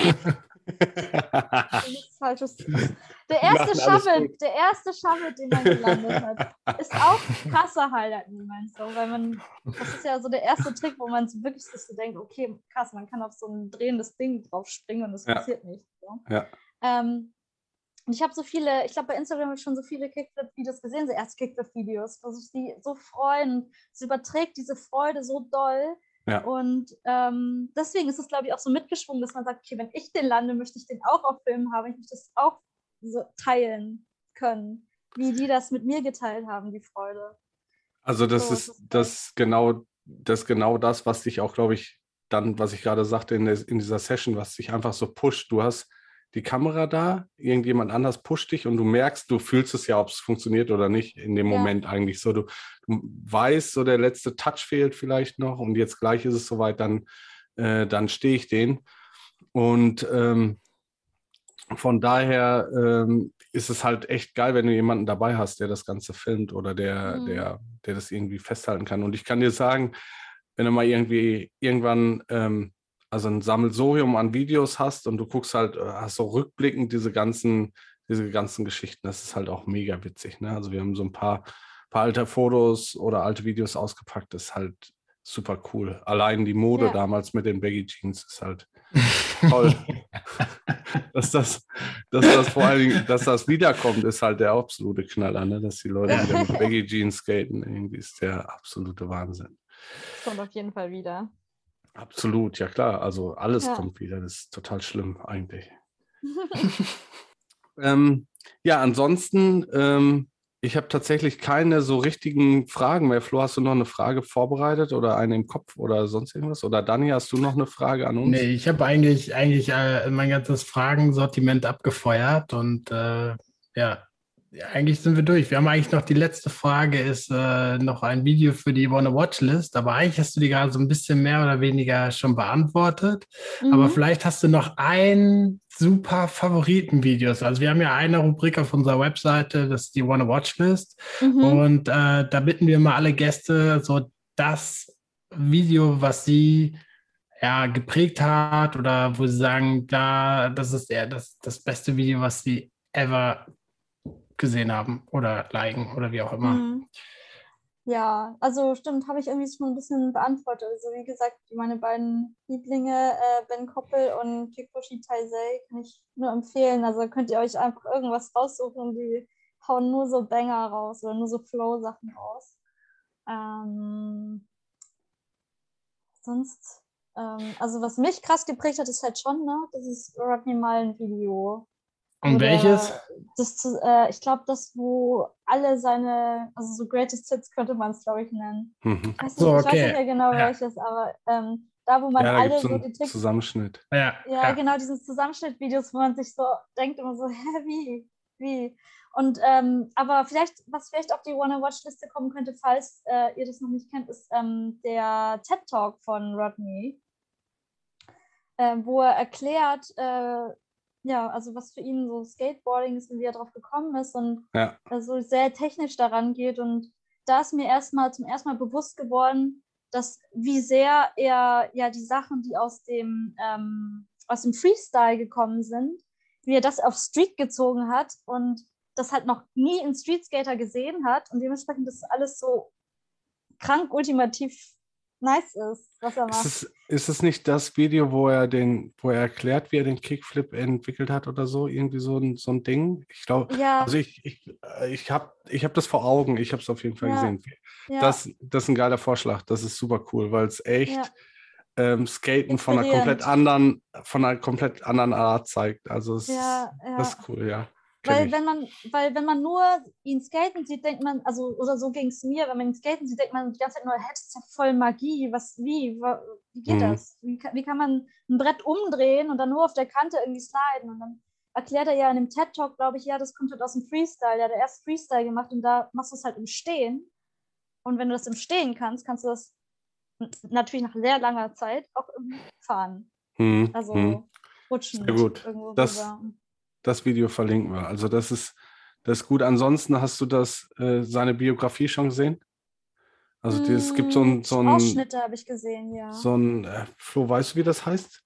das ist falsches. Der erste Nein, alles Shovel, gut. der erste Shovel, den man gelandet hat, ist auch ein krasser Highlight-Moment, so, weil man, das ist ja so der erste Trick, wo man so wirklich sich so denkt, okay, krass, man kann auf so ein drehendes Ding drauf springen und es Ja. passiert nicht. So. Ja. Ähm, und ich habe so viele, ich glaube bei Instagram habe ich schon so viele Kickflip-Videos gesehen, so erste Kickflip-Videos, wo sich die so freuen, es überträgt diese Freude so doll. Ja. Und ähm, deswegen ist es, glaube ich, auch so mitgeschwungen, dass man sagt, okay, wenn ich den lande, möchte ich den auch auf Film haben, ich möchte das auch so teilen können, wie die das mit mir geteilt haben, die Freude. Also das So, ist das ist das genau, das genau das, was dich auch, glaube ich, dann, was ich gerade sagte in, der, in dieser Session, was dich einfach so pusht. Du hast die Kamera da, irgendjemand anders pusht dich und du merkst, du fühlst es ja, ob es funktioniert oder nicht in dem Ja. Moment eigentlich so. Du, du weißt, so der letzte Touch fehlt vielleicht noch und jetzt gleich ist es soweit, dann, äh, dann stehe ich den. Und ähm, von daher ähm, ist es halt echt geil, wenn du jemanden dabei hast, der das Ganze filmt oder der, Mhm. der, der das irgendwie festhalten kann. Und ich kann dir sagen, wenn du mal irgendwie irgendwann ähm, also ein Sammelsurium an Videos hast und du guckst halt, äh, hast so rückblickend diese ganzen, diese ganzen Geschichten, das ist halt auch mega witzig. Ne? Also wir haben so ein paar, paar alte Fotos oder alte Videos ausgepackt, das ist halt super cool. Allein die Mode Ja. damals mit den Baggy Jeans ist halt toll. dass, das, dass das vor allen Dingen, dass das wiederkommt, ist halt der absolute Knaller, ne? Dass die Leute wieder mit Baggy Jeans skaten, irgendwie ist der absolute Wahnsinn. Das kommt auf jeden Fall wieder. Absolut, ja klar. Also alles Ja. kommt wieder. Das ist total schlimm eigentlich. ähm, ja, ansonsten, ähm, Ich habe tatsächlich keine so richtigen Fragen mehr. Flo, hast du noch eine Frage vorbereitet oder eine im Kopf oder sonst irgendwas? Oder Dani, hast du noch eine Frage an uns? Nee, ich habe eigentlich, eigentlich äh, mein ganzes Fragensortiment abgefeuert und äh, ja, ja, eigentlich sind wir durch. Wir haben eigentlich noch die letzte Frage, ist äh, noch ein Video für die Wanna Watchlist, aber eigentlich hast du die gerade so ein bisschen mehr oder weniger schon beantwortet. Aber Mhm. vielleicht hast du noch ein super Favoritenvideos. Also wir haben ja eine Rubrik auf unserer Webseite, das ist die Wanna Watchlist. Mhm. Und äh, da bitten wir mal alle Gäste, so das Video, was sie ja, geprägt hat oder wo sie sagen, da, das ist eher das, das beste Video, was sie ever gesehen haben oder liken oder wie auch immer. Mhm. Ja, also stimmt, habe ich irgendwie schon ein bisschen beantwortet. Also wie gesagt, meine beiden Lieblinge, äh, Ben Koppel und Kikuchi Taizai, kann ich nur empfehlen. Also könnt ihr euch einfach irgendwas raussuchen, die hauen nur so Banger raus oder nur so Flow-Sachen raus. Ähm, sonst, ähm, also was mich krass geprägt hat, ist halt schon, ne, das ist Rodney Mullen-Video. Und welches? Oder das, zu- äh, ich glaube, das, wo alle seine, also so Greatest Hits könnte man es, glaube ich, nennen. Mhm. Ich weiß nicht, So, ich weiß nicht okay. mehr genau Ja, welches, aber ähm, da, wo man Ja, da gibt es alle so so die einen Tricks, Zusammenschnitt. ja, ja, ja. genau, diesen Zusammenschnittvideos, wo man sich so denkt immer so, hä, wie, wie? Und ähm, aber vielleicht, was vielleicht auf die Wanna-Watch-Liste kommen könnte, falls äh, ihr das noch nicht kennt, ist ähm, der TED-Talk von Rodney, äh, wo er erklärt, äh, ja, also was für ihn so Skateboarding ist und wie er drauf gekommen ist und Ja. also sehr technisch daran geht. Und da ist mir erstmal zum ersten Mal bewusst geworden, dass wie sehr er ja die Sachen, die aus dem, ähm, aus dem Freestyle gekommen sind, wie er das auf Street gezogen hat und das halt noch nie in Street Skater gesehen hat und dementsprechend das alles so krank ultimativ nice ist, was er Ist macht. es, ist es nicht das Video, wo er den, wo er erklärt, wie er den Kickflip entwickelt hat oder so? Irgendwie so ein, so ein Ding? Ich glaube, Ja, also ich, ich, äh, ich habe ich hab das vor Augen, ich habe es auf jeden Fall ja, gesehen. ja, Das, das ist ein geiler Vorschlag, das ist super cool, weil es echt ja. ähm, Skaten von einer komplett Inspirierend. anderen, von einer komplett anderen Art zeigt. Also es, Ja, das ja. ist cool, ja. Kenne Weil ich. wenn man, weil wenn man nur ihn skaten sieht, denkt man, also, oder so ging es mir, wenn man ihn skaten sieht, denkt man die ganze Zeit nur, hä, das ist ja voll Magie, was, wie, wa- wie geht Mhm. das? Wie, kann- wie kann man ein Brett umdrehen und dann nur auf der Kante irgendwie sliden? Und dann erklärt er ja in dem TED-Talk, glaube ich, ja, das kommt halt aus dem Freestyle. Der hat erst Freestyle gemacht und da machst du es halt im Stehen. Und wenn du das im Stehen kannst, kannst du das n- natürlich nach sehr langer Zeit auch im Fahren. Mhm. Mhm. Also Sehr rutschend gut. irgendwo Das, rüber. das Video verlinken wir. Also das ist, das ist gut. Ansonsten hast du das, äh, seine Biografie schon gesehen? Also die, es gibt so Mm, ein, so ein, Ausschnitte habe ich gesehen, ja. so ein, äh, Flo, weißt du, wie das heißt?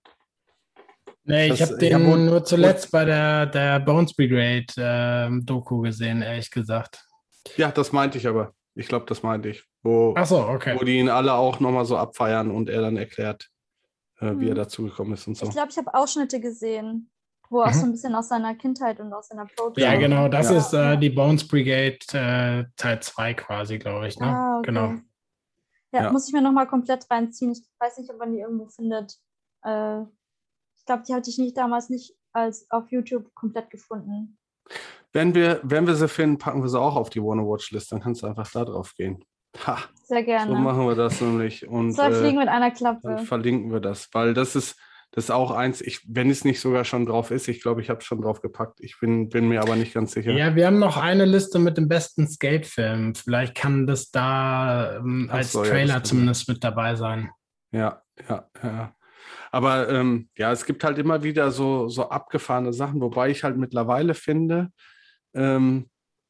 Nee, ich Das, habe ja, den wo, nur wo, zuletzt bei der, der Bones Brigade ähm, Doku gesehen, ehrlich gesagt. ja, das meinte ich aber. Ich glaube, das meinte ich. Wo, Ach so, okay. wo die ihn alle auch nochmal so abfeiern und er dann erklärt, äh, wie er Hm. dazu gekommen ist und Ich so. glaube, ich habe Ausschnitte gesehen, wo er auch so Mhm. ein bisschen aus seiner Kindheit und aus seiner Ja, Pro-Tour. genau, das Ja. ist Ja, äh, ja. die Bones Brigade äh, Teil zwei quasi, glaube ich, ne? Ah, Genau. okay. Ja, Ja. muss ich mir nochmal komplett reinziehen. Ich weiß nicht, ob man die irgendwo findet. Äh, ich glaube, die hatte ich nicht damals nicht als auf YouTube komplett gefunden. Wenn wir, wenn wir sie finden, packen wir sie auch auf die Wanna-Watch-List. Dann kannst du einfach da drauf gehen. Ha, Sehr so gerne. machen wir das nämlich. Und Zwei äh, Fliegen mit einer dann Klappe. verlinken wir das, weil das ist, das ist auch eins, ich, wenn es nicht sogar schon drauf ist, ich glaube, ich habe es schon drauf gepackt. Ich bin, bin mir aber nicht ganz sicher. Ja, wir haben noch eine Liste mit dem besten Skate-Film. Vielleicht kann das da ähm, Ach als so, ja, das Trailer kann sein. zumindest mit dabei sein. Ja, ja, ja. Aber ähm, ja, es gibt halt immer wieder so, so abgefahrene Sachen, wobei ich halt mittlerweile finde, ähm,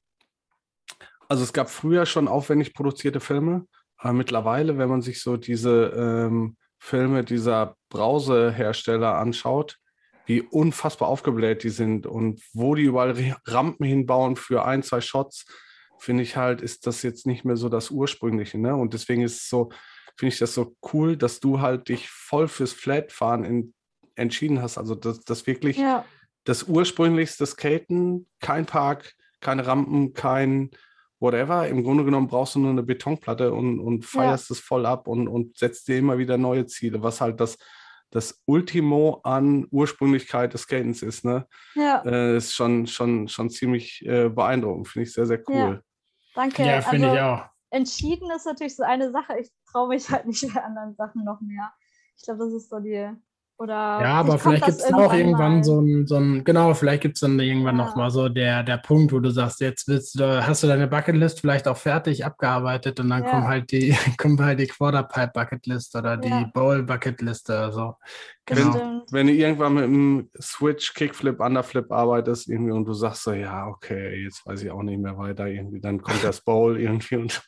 also es gab früher schon aufwendig produzierte Filme, aber mittlerweile, wenn man sich so diese ähm, Filme dieser Brausehersteller anschaut, wie unfassbar aufgebläht die sind und wo die überall Re- Rampen hinbauen für ein, zwei Shots, finde ich halt, ist das jetzt nicht mehr so das Ursprüngliche, ne? Und deswegen ist es so, finde ich das so cool, dass du halt dich voll fürs Flatfahren in, entschieden hast. Also das, das wirklich Ja, das ursprünglichste Skaten, kein Park, keine Rampen, kein whatever. Im Grunde genommen brauchst du nur eine Betonplatte und, und ja, feierst es voll ab und, und setzt dir immer wieder neue Ziele, was halt das, das Ultimo an Ursprünglichkeit des Skatens ist. Ne? ja, Äh, ist schon, schon, schon ziemlich äh, beeindruckend, finde ich sehr, sehr ja. cool. Danke. Ja, finde ich Also auch. entschieden ist natürlich so eine Sache. Ich traue mich halt nicht bei anderen Sachen noch mehr. Ich glaube, das ist so die. Ja, Oder aber vielleicht kommt vielleicht das gibt es da auch irgendwann irgendwann mal. so ein, so ein, genau, vielleicht gibt es dann irgendwann Ja, nochmal so der, der Punkt, wo du sagst, jetzt willst du, hast du deine Bucketlist vielleicht auch fertig abgearbeitet und dann kommen ja, halt die, kommt halt die Quarterpipe Bucketlist oder die ja, Bowl Bucketliste oder so. das Genau. Wenn, stimmt. wenn du irgendwann mit einem Switch, Kickflip, Underflip arbeitest irgendwie und du sagst so, ja, okay, jetzt weiß ich auch nicht mehr weiter irgendwie, dann kommt das Bowl irgendwie und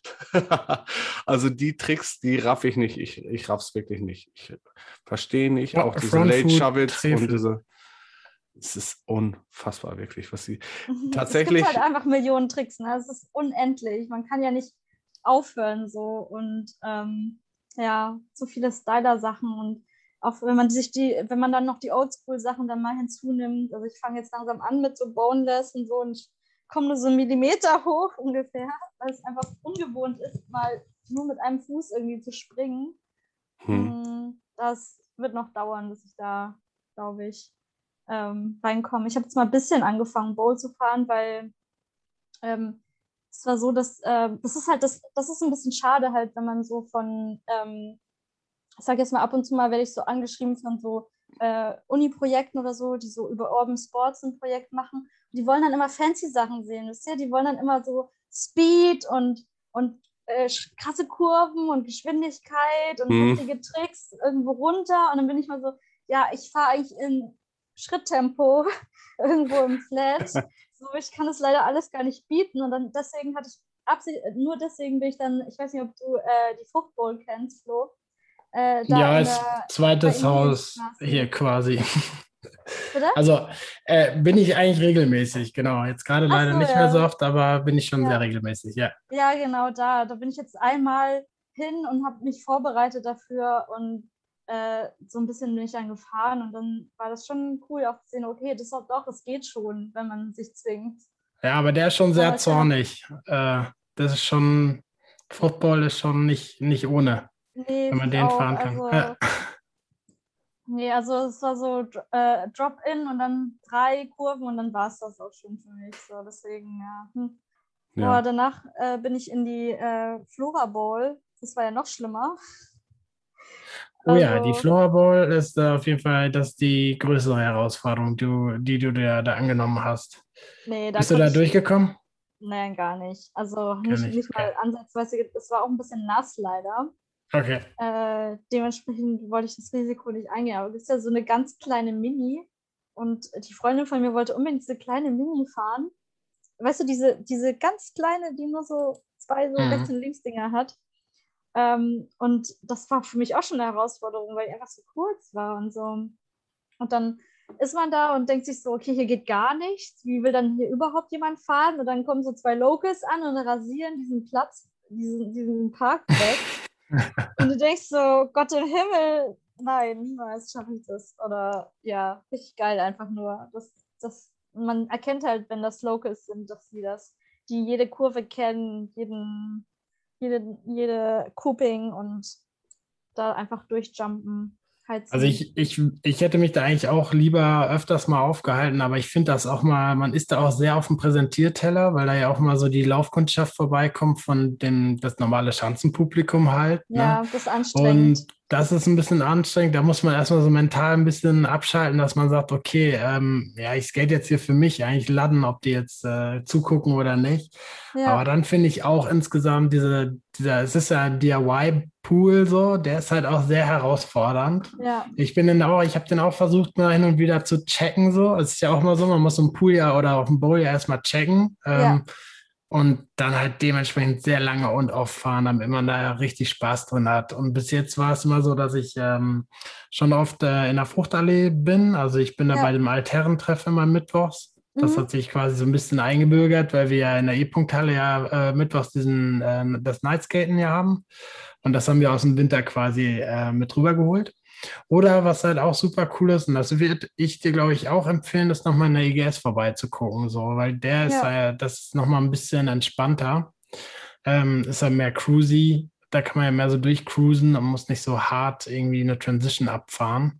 also die Tricks, die raff ich nicht. Ich, ich raff's wirklich nicht. Ich verstehe nicht auch diese Front Late Foot, Shovels und Trefel. diese, es ist unfassbar wirklich, was sie Es gibt halt tatsächlich, einfach Millionen Tricks, ne? Es ist unendlich. Man kann ja nicht aufhören so und ähm, ja, so viele Styler-Sachen und auch wenn man sich die, wenn man dann noch die Oldschool-Sachen dann mal hinzunimmt, also ich fange jetzt langsam an mit so Boneless und so und ich komme nur so einen Millimeter hoch ungefähr, weil es einfach ungewohnt ist, mal nur mit einem Fuß irgendwie zu springen. hm, Das wird noch dauern, bis ich da, glaube ich, ähm, reinkomme. Ich habe jetzt mal ein bisschen angefangen, Bowl zu fahren, weil ähm, es war so, dass äh, das ist halt das, das ist ein bisschen schade halt, wenn man so von, ähm, ich sage jetzt mal ab und zu mal, werde ich so angeschrieben von so äh, Uni-Projekten oder so, die so über Urban Sports ein Projekt machen. Und die wollen dann immer fancy Sachen sehen, wisst ihr? Die wollen dann immer so Speed und, und äh, krasse Kurven und Geschwindigkeit und hm, heftige Tricks irgendwo runter. Und dann bin ich mal so, ja, ich fahre eigentlich in Schritttempo irgendwo im Flat. So, ich kann das leider alles gar nicht bieten. Und dann deswegen hatte ich Absicht, nur deswegen bin ich dann, ich weiß nicht, ob du äh, die Fruchtbowl kennst, Flo, äh, da Ja, in als der bei zweites Haus hier Emilienstraße. quasi. Bitte? Also äh, bin ich eigentlich regelmäßig, genau. Jetzt gerade Ach leider so, nicht mehr so ja. oft, aber bin ich schon sehr Ja, regelmäßig, ja. ja, genau da. Da bin ich jetzt einmal hin und habe mich vorbereitet dafür und äh, so ein bisschen bin ich dann gefahren und dann war das schon cool auch zu sehen, okay, das ist doch, es geht schon, wenn man sich zwingt. Ja, aber der ist schon Aber sehr es wäre noch, zornig. Äh, das ist schon, Football ist schon nicht, nicht ohne, nee, wenn finde man ich den auch. fahren kann. Ja. Also, nee, also es war so äh, Drop-in und dann drei Kurven und dann war es das auch schon für mich. So, deswegen, ja. Hm. Boah, ja. danach äh, bin ich in die äh, Flora Bowl. Das war ja noch schlimmer. Oh ja, die Also, Floorball ist äh, auf jeden Fall das ist die größere Herausforderung, du, die du dir da angenommen hast. nee, da Bist du konnte da ich, durchgekommen? nein, gar nicht. Also Gar nicht, nicht, nicht okay. mal ansatzweise. Es war auch ein bisschen nass leider. Okay. Äh, dementsprechend wollte ich das Risiko nicht eingehen. Aber das ist ja so eine ganz kleine Mini. Und die Freundin von mir wollte unbedingt diese kleine Mini fahren. Weißt du, diese, diese ganz kleine, die nur so zwei so rechts Mhm. und links Dinger hat. Ähm, und das war für mich auch schon eine Herausforderung, weil die einfach so kurz war und so. Und dann ist man da und denkt sich so, okay, hier geht gar nichts. Wie will dann hier überhaupt jemand fahren? Und dann kommen so zwei Locals an und rasieren diesen Platz, diesen, diesen Park weg. Und du denkst so, Gott im Himmel, nein, niemals schaffe ich das. Oder ja, richtig geil einfach nur. Das, das, man erkennt halt, wenn das Locals sind, dass sie das, die jede Kurve kennen, jeden, jede, jede Cooping und da einfach durchjumpen, Also heizen. ich, ich, ich hätte mich da eigentlich auch lieber öfters mal aufgehalten, aber ich finde das auch mal, man ist da auch sehr auf dem Präsentierteller, weil da ja auch mal so die Laufkundschaft vorbeikommt von dem, das normale Schanzenpublikum halt, ne? Ja, das ist anstrengend. Und das ist ein bisschen anstrengend, da muss man erstmal so mental ein bisschen abschalten, dass man sagt, okay, ähm, ja, ich skate jetzt hier für mich, eigentlich ladden, ob die jetzt äh, zugucken oder nicht. Aber Ja, dann finde ich auch insgesamt diese, dieser, es ist ja ein D I Y-Pool so, der ist halt auch sehr herausfordernd. ja, Ich bin dann auch, ich habe den auch versucht, mal hin und wieder zu checken. So. Es ist ja auch mal so, man muss so ein Pool ja oder auf dem Bowl ja erstmal checken. ja, Ähm, und dann halt dementsprechend sehr lange und oft fahren, damit man da ja richtig Spaß drin hat. Und bis jetzt war es immer so, dass ich ähm, schon oft äh, in der Fruchtallee bin. Also ich bin da bei ja. dem Altherrentreff immer mittwochs. Das Mhm. hat sich quasi so ein bisschen eingebürgert, weil wir ja in der E-Punkt-Halle ja äh, mittwochs diesen, äh, das Nightskaten ja haben. Und das haben wir aus dem Winter quasi äh, mit rübergeholt. Oder was halt auch super cool ist, und das würde ich dir, glaube ich, auch empfehlen, ist nochmal in der I G S vorbeizugucken, so, weil der ist, Ja, äh, das ist nochmal ein bisschen entspannter, ähm, ist ja mehr cruisy, da kann man ja mehr so durchcruisen und muss nicht so hart irgendwie eine Transition abfahren.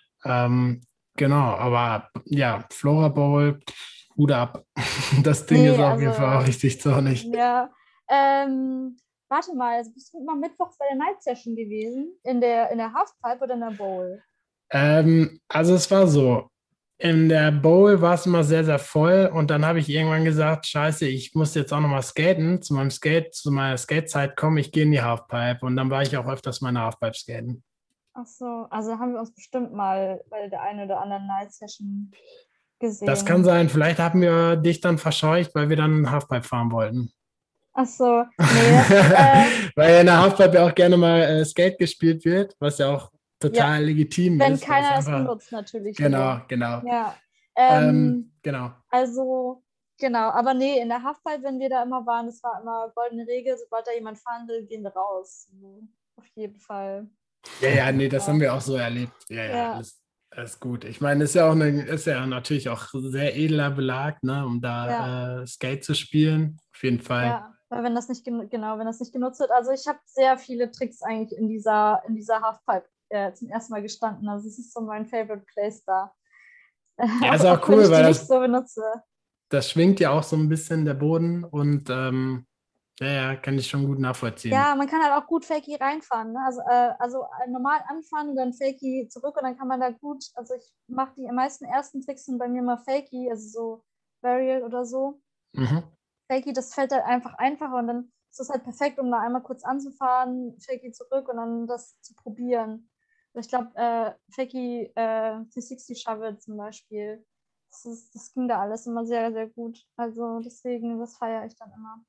Ähm, genau, aber ja, Flora Bowl, Hut ab. Das Ding ist nee, auf jeden Fall auch also richtig zornig. ja, Ähm, warte mal, also bist du immer mittwochs bei der Night Session gewesen? In der, in der Halfpipe oder in der Bowl? Ähm, also es war so, in der Bowl war es immer sehr, sehr voll und dann habe ich irgendwann gesagt, scheiße, ich muss jetzt auch nochmal skaten, zu meinem Skate, zu meiner Skatezeit kommen, ich gehe in die Halfpipe und dann war ich auch öfters mal in der Halfpipe skaten. Ach so, also haben wir uns bestimmt mal bei der einen oder anderen Night Session gesehen. Das kann sein, vielleicht haben wir dich dann verscheucht, weil wir dann Halfpipe fahren wollten. Ach so, nee. äh, Weil in der Halfpipe ja auch gerne mal äh, Skate gespielt wird, was ja auch total Ja, legitim wenn ist. keiner weil es einfach- benutzt, natürlich. Genau, nur. genau. Ja. Ähm, Ähm, genau. Also, genau, aber nee, in der Halfpipe, wenn wir da immer waren, das war immer goldene Regel, sobald da jemand fahren will, gehen wir raus. So, auf jeden Fall. Ja, ja, nee, das Ja. haben wir auch so erlebt. Ja, ja, Ja. alles, alles gut. Ich meine, ist ja auch eine, ist ja natürlich auch sehr edler Belag, ne, um da äh, Skate zu spielen. Auf jeden Fall. Ja, weil wenn das nicht gen- genau, wenn das nicht genutzt wird, also ich habe sehr viele Tricks eigentlich in dieser, in dieser Halfpipe äh, zum ersten Mal gestanden. Also es ist so mein Favorite Place da. Ja, ist auch wenn cool, ich die weil nicht das, so benutze. das schwingt ja auch so ein bisschen der Boden und ähm, ja, ja, kann ich schon gut nachvollziehen. Ja, man kann halt auch gut Fakey reinfahren. Ne? Also, äh, also äh, normal anfahren und dann Fakey zurück und dann kann man da gut, also ich mache die meisten ersten Tricks sind bei mir mal Fakey, also so Varial oder so. Mhm. Fakey, das fällt halt einfach einfacher und dann ist es halt perfekt, um da einmal kurz anzufahren, Fakey zurück und dann das zu probieren. Also ich glaube, äh, Fakey äh, dreihundertsechzig Shovel zum Beispiel, das, ist, das ging da alles immer sehr, sehr gut. Also deswegen, das feiere ich dann immer.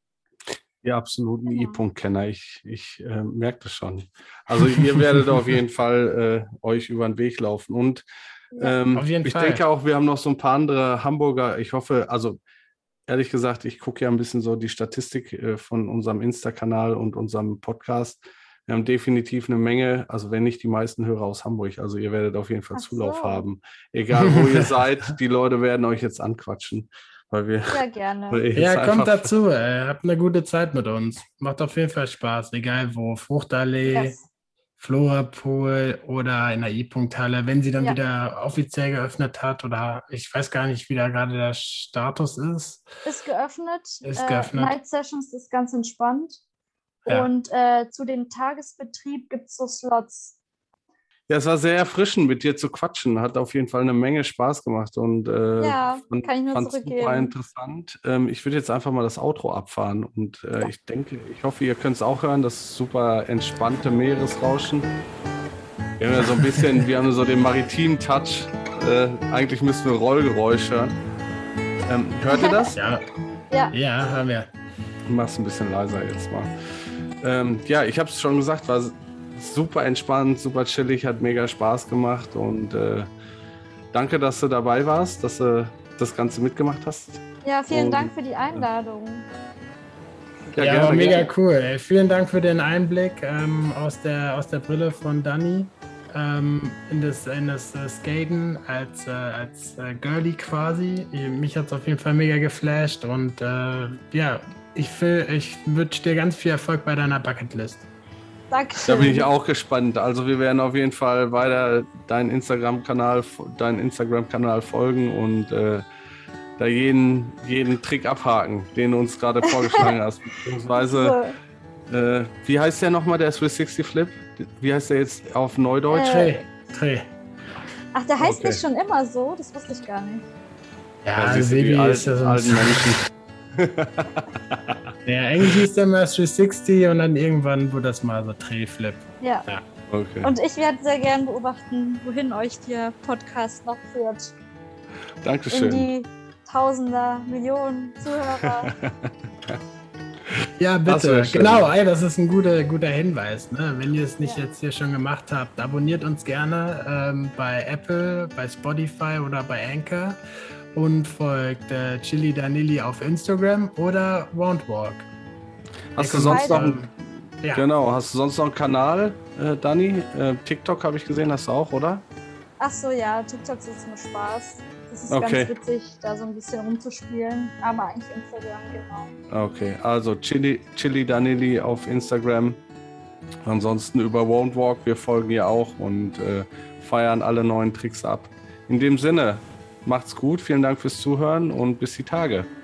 Ihr absoluten Genau. I-Punkt-Kenner, ich, ich äh, merke das schon. Also ihr werdet auf jeden Fall äh, euch über den Weg laufen. Und Ja. ähm, Auf jeden ich Fall. denke auch, wir haben noch so ein paar andere Hamburger. Ich hoffe, also ehrlich gesagt, ich gucke ja ein bisschen so die Statistik äh, von unserem Insta-Kanal und unserem Podcast. Wir haben definitiv eine Menge, also wenn nicht die meisten Hörer aus Hamburg. Also ihr werdet auf jeden Fall Ach Zulauf so. haben. Egal wo ihr seid, die Leute werden euch jetzt anquatschen. Weil wir, Ja, gerne. weil ihr Ja, jetzt kommt einfach- dazu. Äh, habt eine gute Zeit mit uns. Macht auf jeden Fall Spaß, egal wo. Fruchtallee, Yes. Florapool oder in der I-Punkt-Halle, wenn sie dann Ja. wieder offiziell geöffnet hat oder ich weiß gar nicht, wie da gerade der Status ist. Ist geöffnet. Ist äh, geöffnet. Night Sessions ist ganz entspannt. Ja. Und äh, zu dem Tagesbetrieb gibt es so Slots. Ja, es war sehr erfrischend, mit dir zu quatschen. Hat auf jeden Fall eine Menge Spaß gemacht und äh, Ja, fand, kann ich nur fand's zurückgeben. super interessant. Ähm, ich würde jetzt einfach mal das Outro abfahren und äh, Ja. ich denke, ich hoffe, ihr könnt es auch hören, das super entspannte Meeresrauschen. Wir haben ja so ein bisschen, wir haben so den maritimen Touch. Äh, eigentlich müssten wir Rollgeräusch hören. Ähm, hört ihr das? Ja, Ja, ja, hören wir. Ich mach's ein bisschen leiser jetzt mal. Ähm, ja, ich habe es schon gesagt, war super entspannt, super chillig, hat mega Spaß gemacht und äh, danke, dass du dabei warst, dass du das Ganze mitgemacht hast. ja vielen Und- Dank für die Einladung. Ja, aber mega gerne. cool. Ey. Vielen Dank für den Einblick ähm, aus, der, aus der Brille von Dani ähm, in das, in das äh, Skaten als, äh, als äh, Girlie quasi. Mich hat es auf jeden Fall mega geflasht und äh, ja, ich, will- ich wünsche dir ganz viel Erfolg bei deiner Bucketlist. Dankeschön. Da bin ich auch gespannt. Also wir werden auf jeden Fall weiter deinen Instagram-Kanal, deinen Instagram-Kanal folgen und äh, da jeden, jeden Trick abhaken, den du uns gerade vorgeschlagen hast. Beziehungsweise, So, äh, wie heißt der nochmal, der dreihundertsechzig Flip? Wie heißt der jetzt auf Neudeutsch? Äh, Dreh, Dreh. ach, der heißt Okay. nicht schon immer so? Das wusste ich gar nicht. Ja, siehst du, Sebi die alten, ist ja so alten Menschen. Ja, eigentlich hieß der mal dreihundertsechzig und dann irgendwann wurde das mal so Drehflip. Ja. Okay. Und ich werde sehr gern beobachten, wohin euch der Podcast noch führt. In Dankeschön. die Tausender, Millionen Zuhörer. Ja, Das bitte. wär schön. Genau, ey, das ist ein guter, guter Hinweis. Ne? Wenn ihr es nicht Ja. jetzt hier schon gemacht habt, abonniert uns gerne ähm, bei Apple, bei Spotify oder bei Anchor und folgt äh, Chili Danili auf Instagram oder Won't Walk. Hast du Ihr sonst könnt, noch beide- einen, ähm, ja. genau, hast du sonst noch einen Kanal, äh, Dani? Äh, TikTok habe ich gesehen, hast du auch, oder? Ach so, ja, TikTok ist nur Spaß. Das ist Okay. ganz witzig, da so ein bisschen rumzuspielen. Aber eigentlich Instagram, genau. Okay, also Chili, Chili Danili auf Instagram. Ansonsten über Won't Walk, wir folgen ihr auch und äh, feiern alle neuen Tricks ab. In dem Sinne, macht's gut, vielen Dank fürs Zuhören und bis die Tage.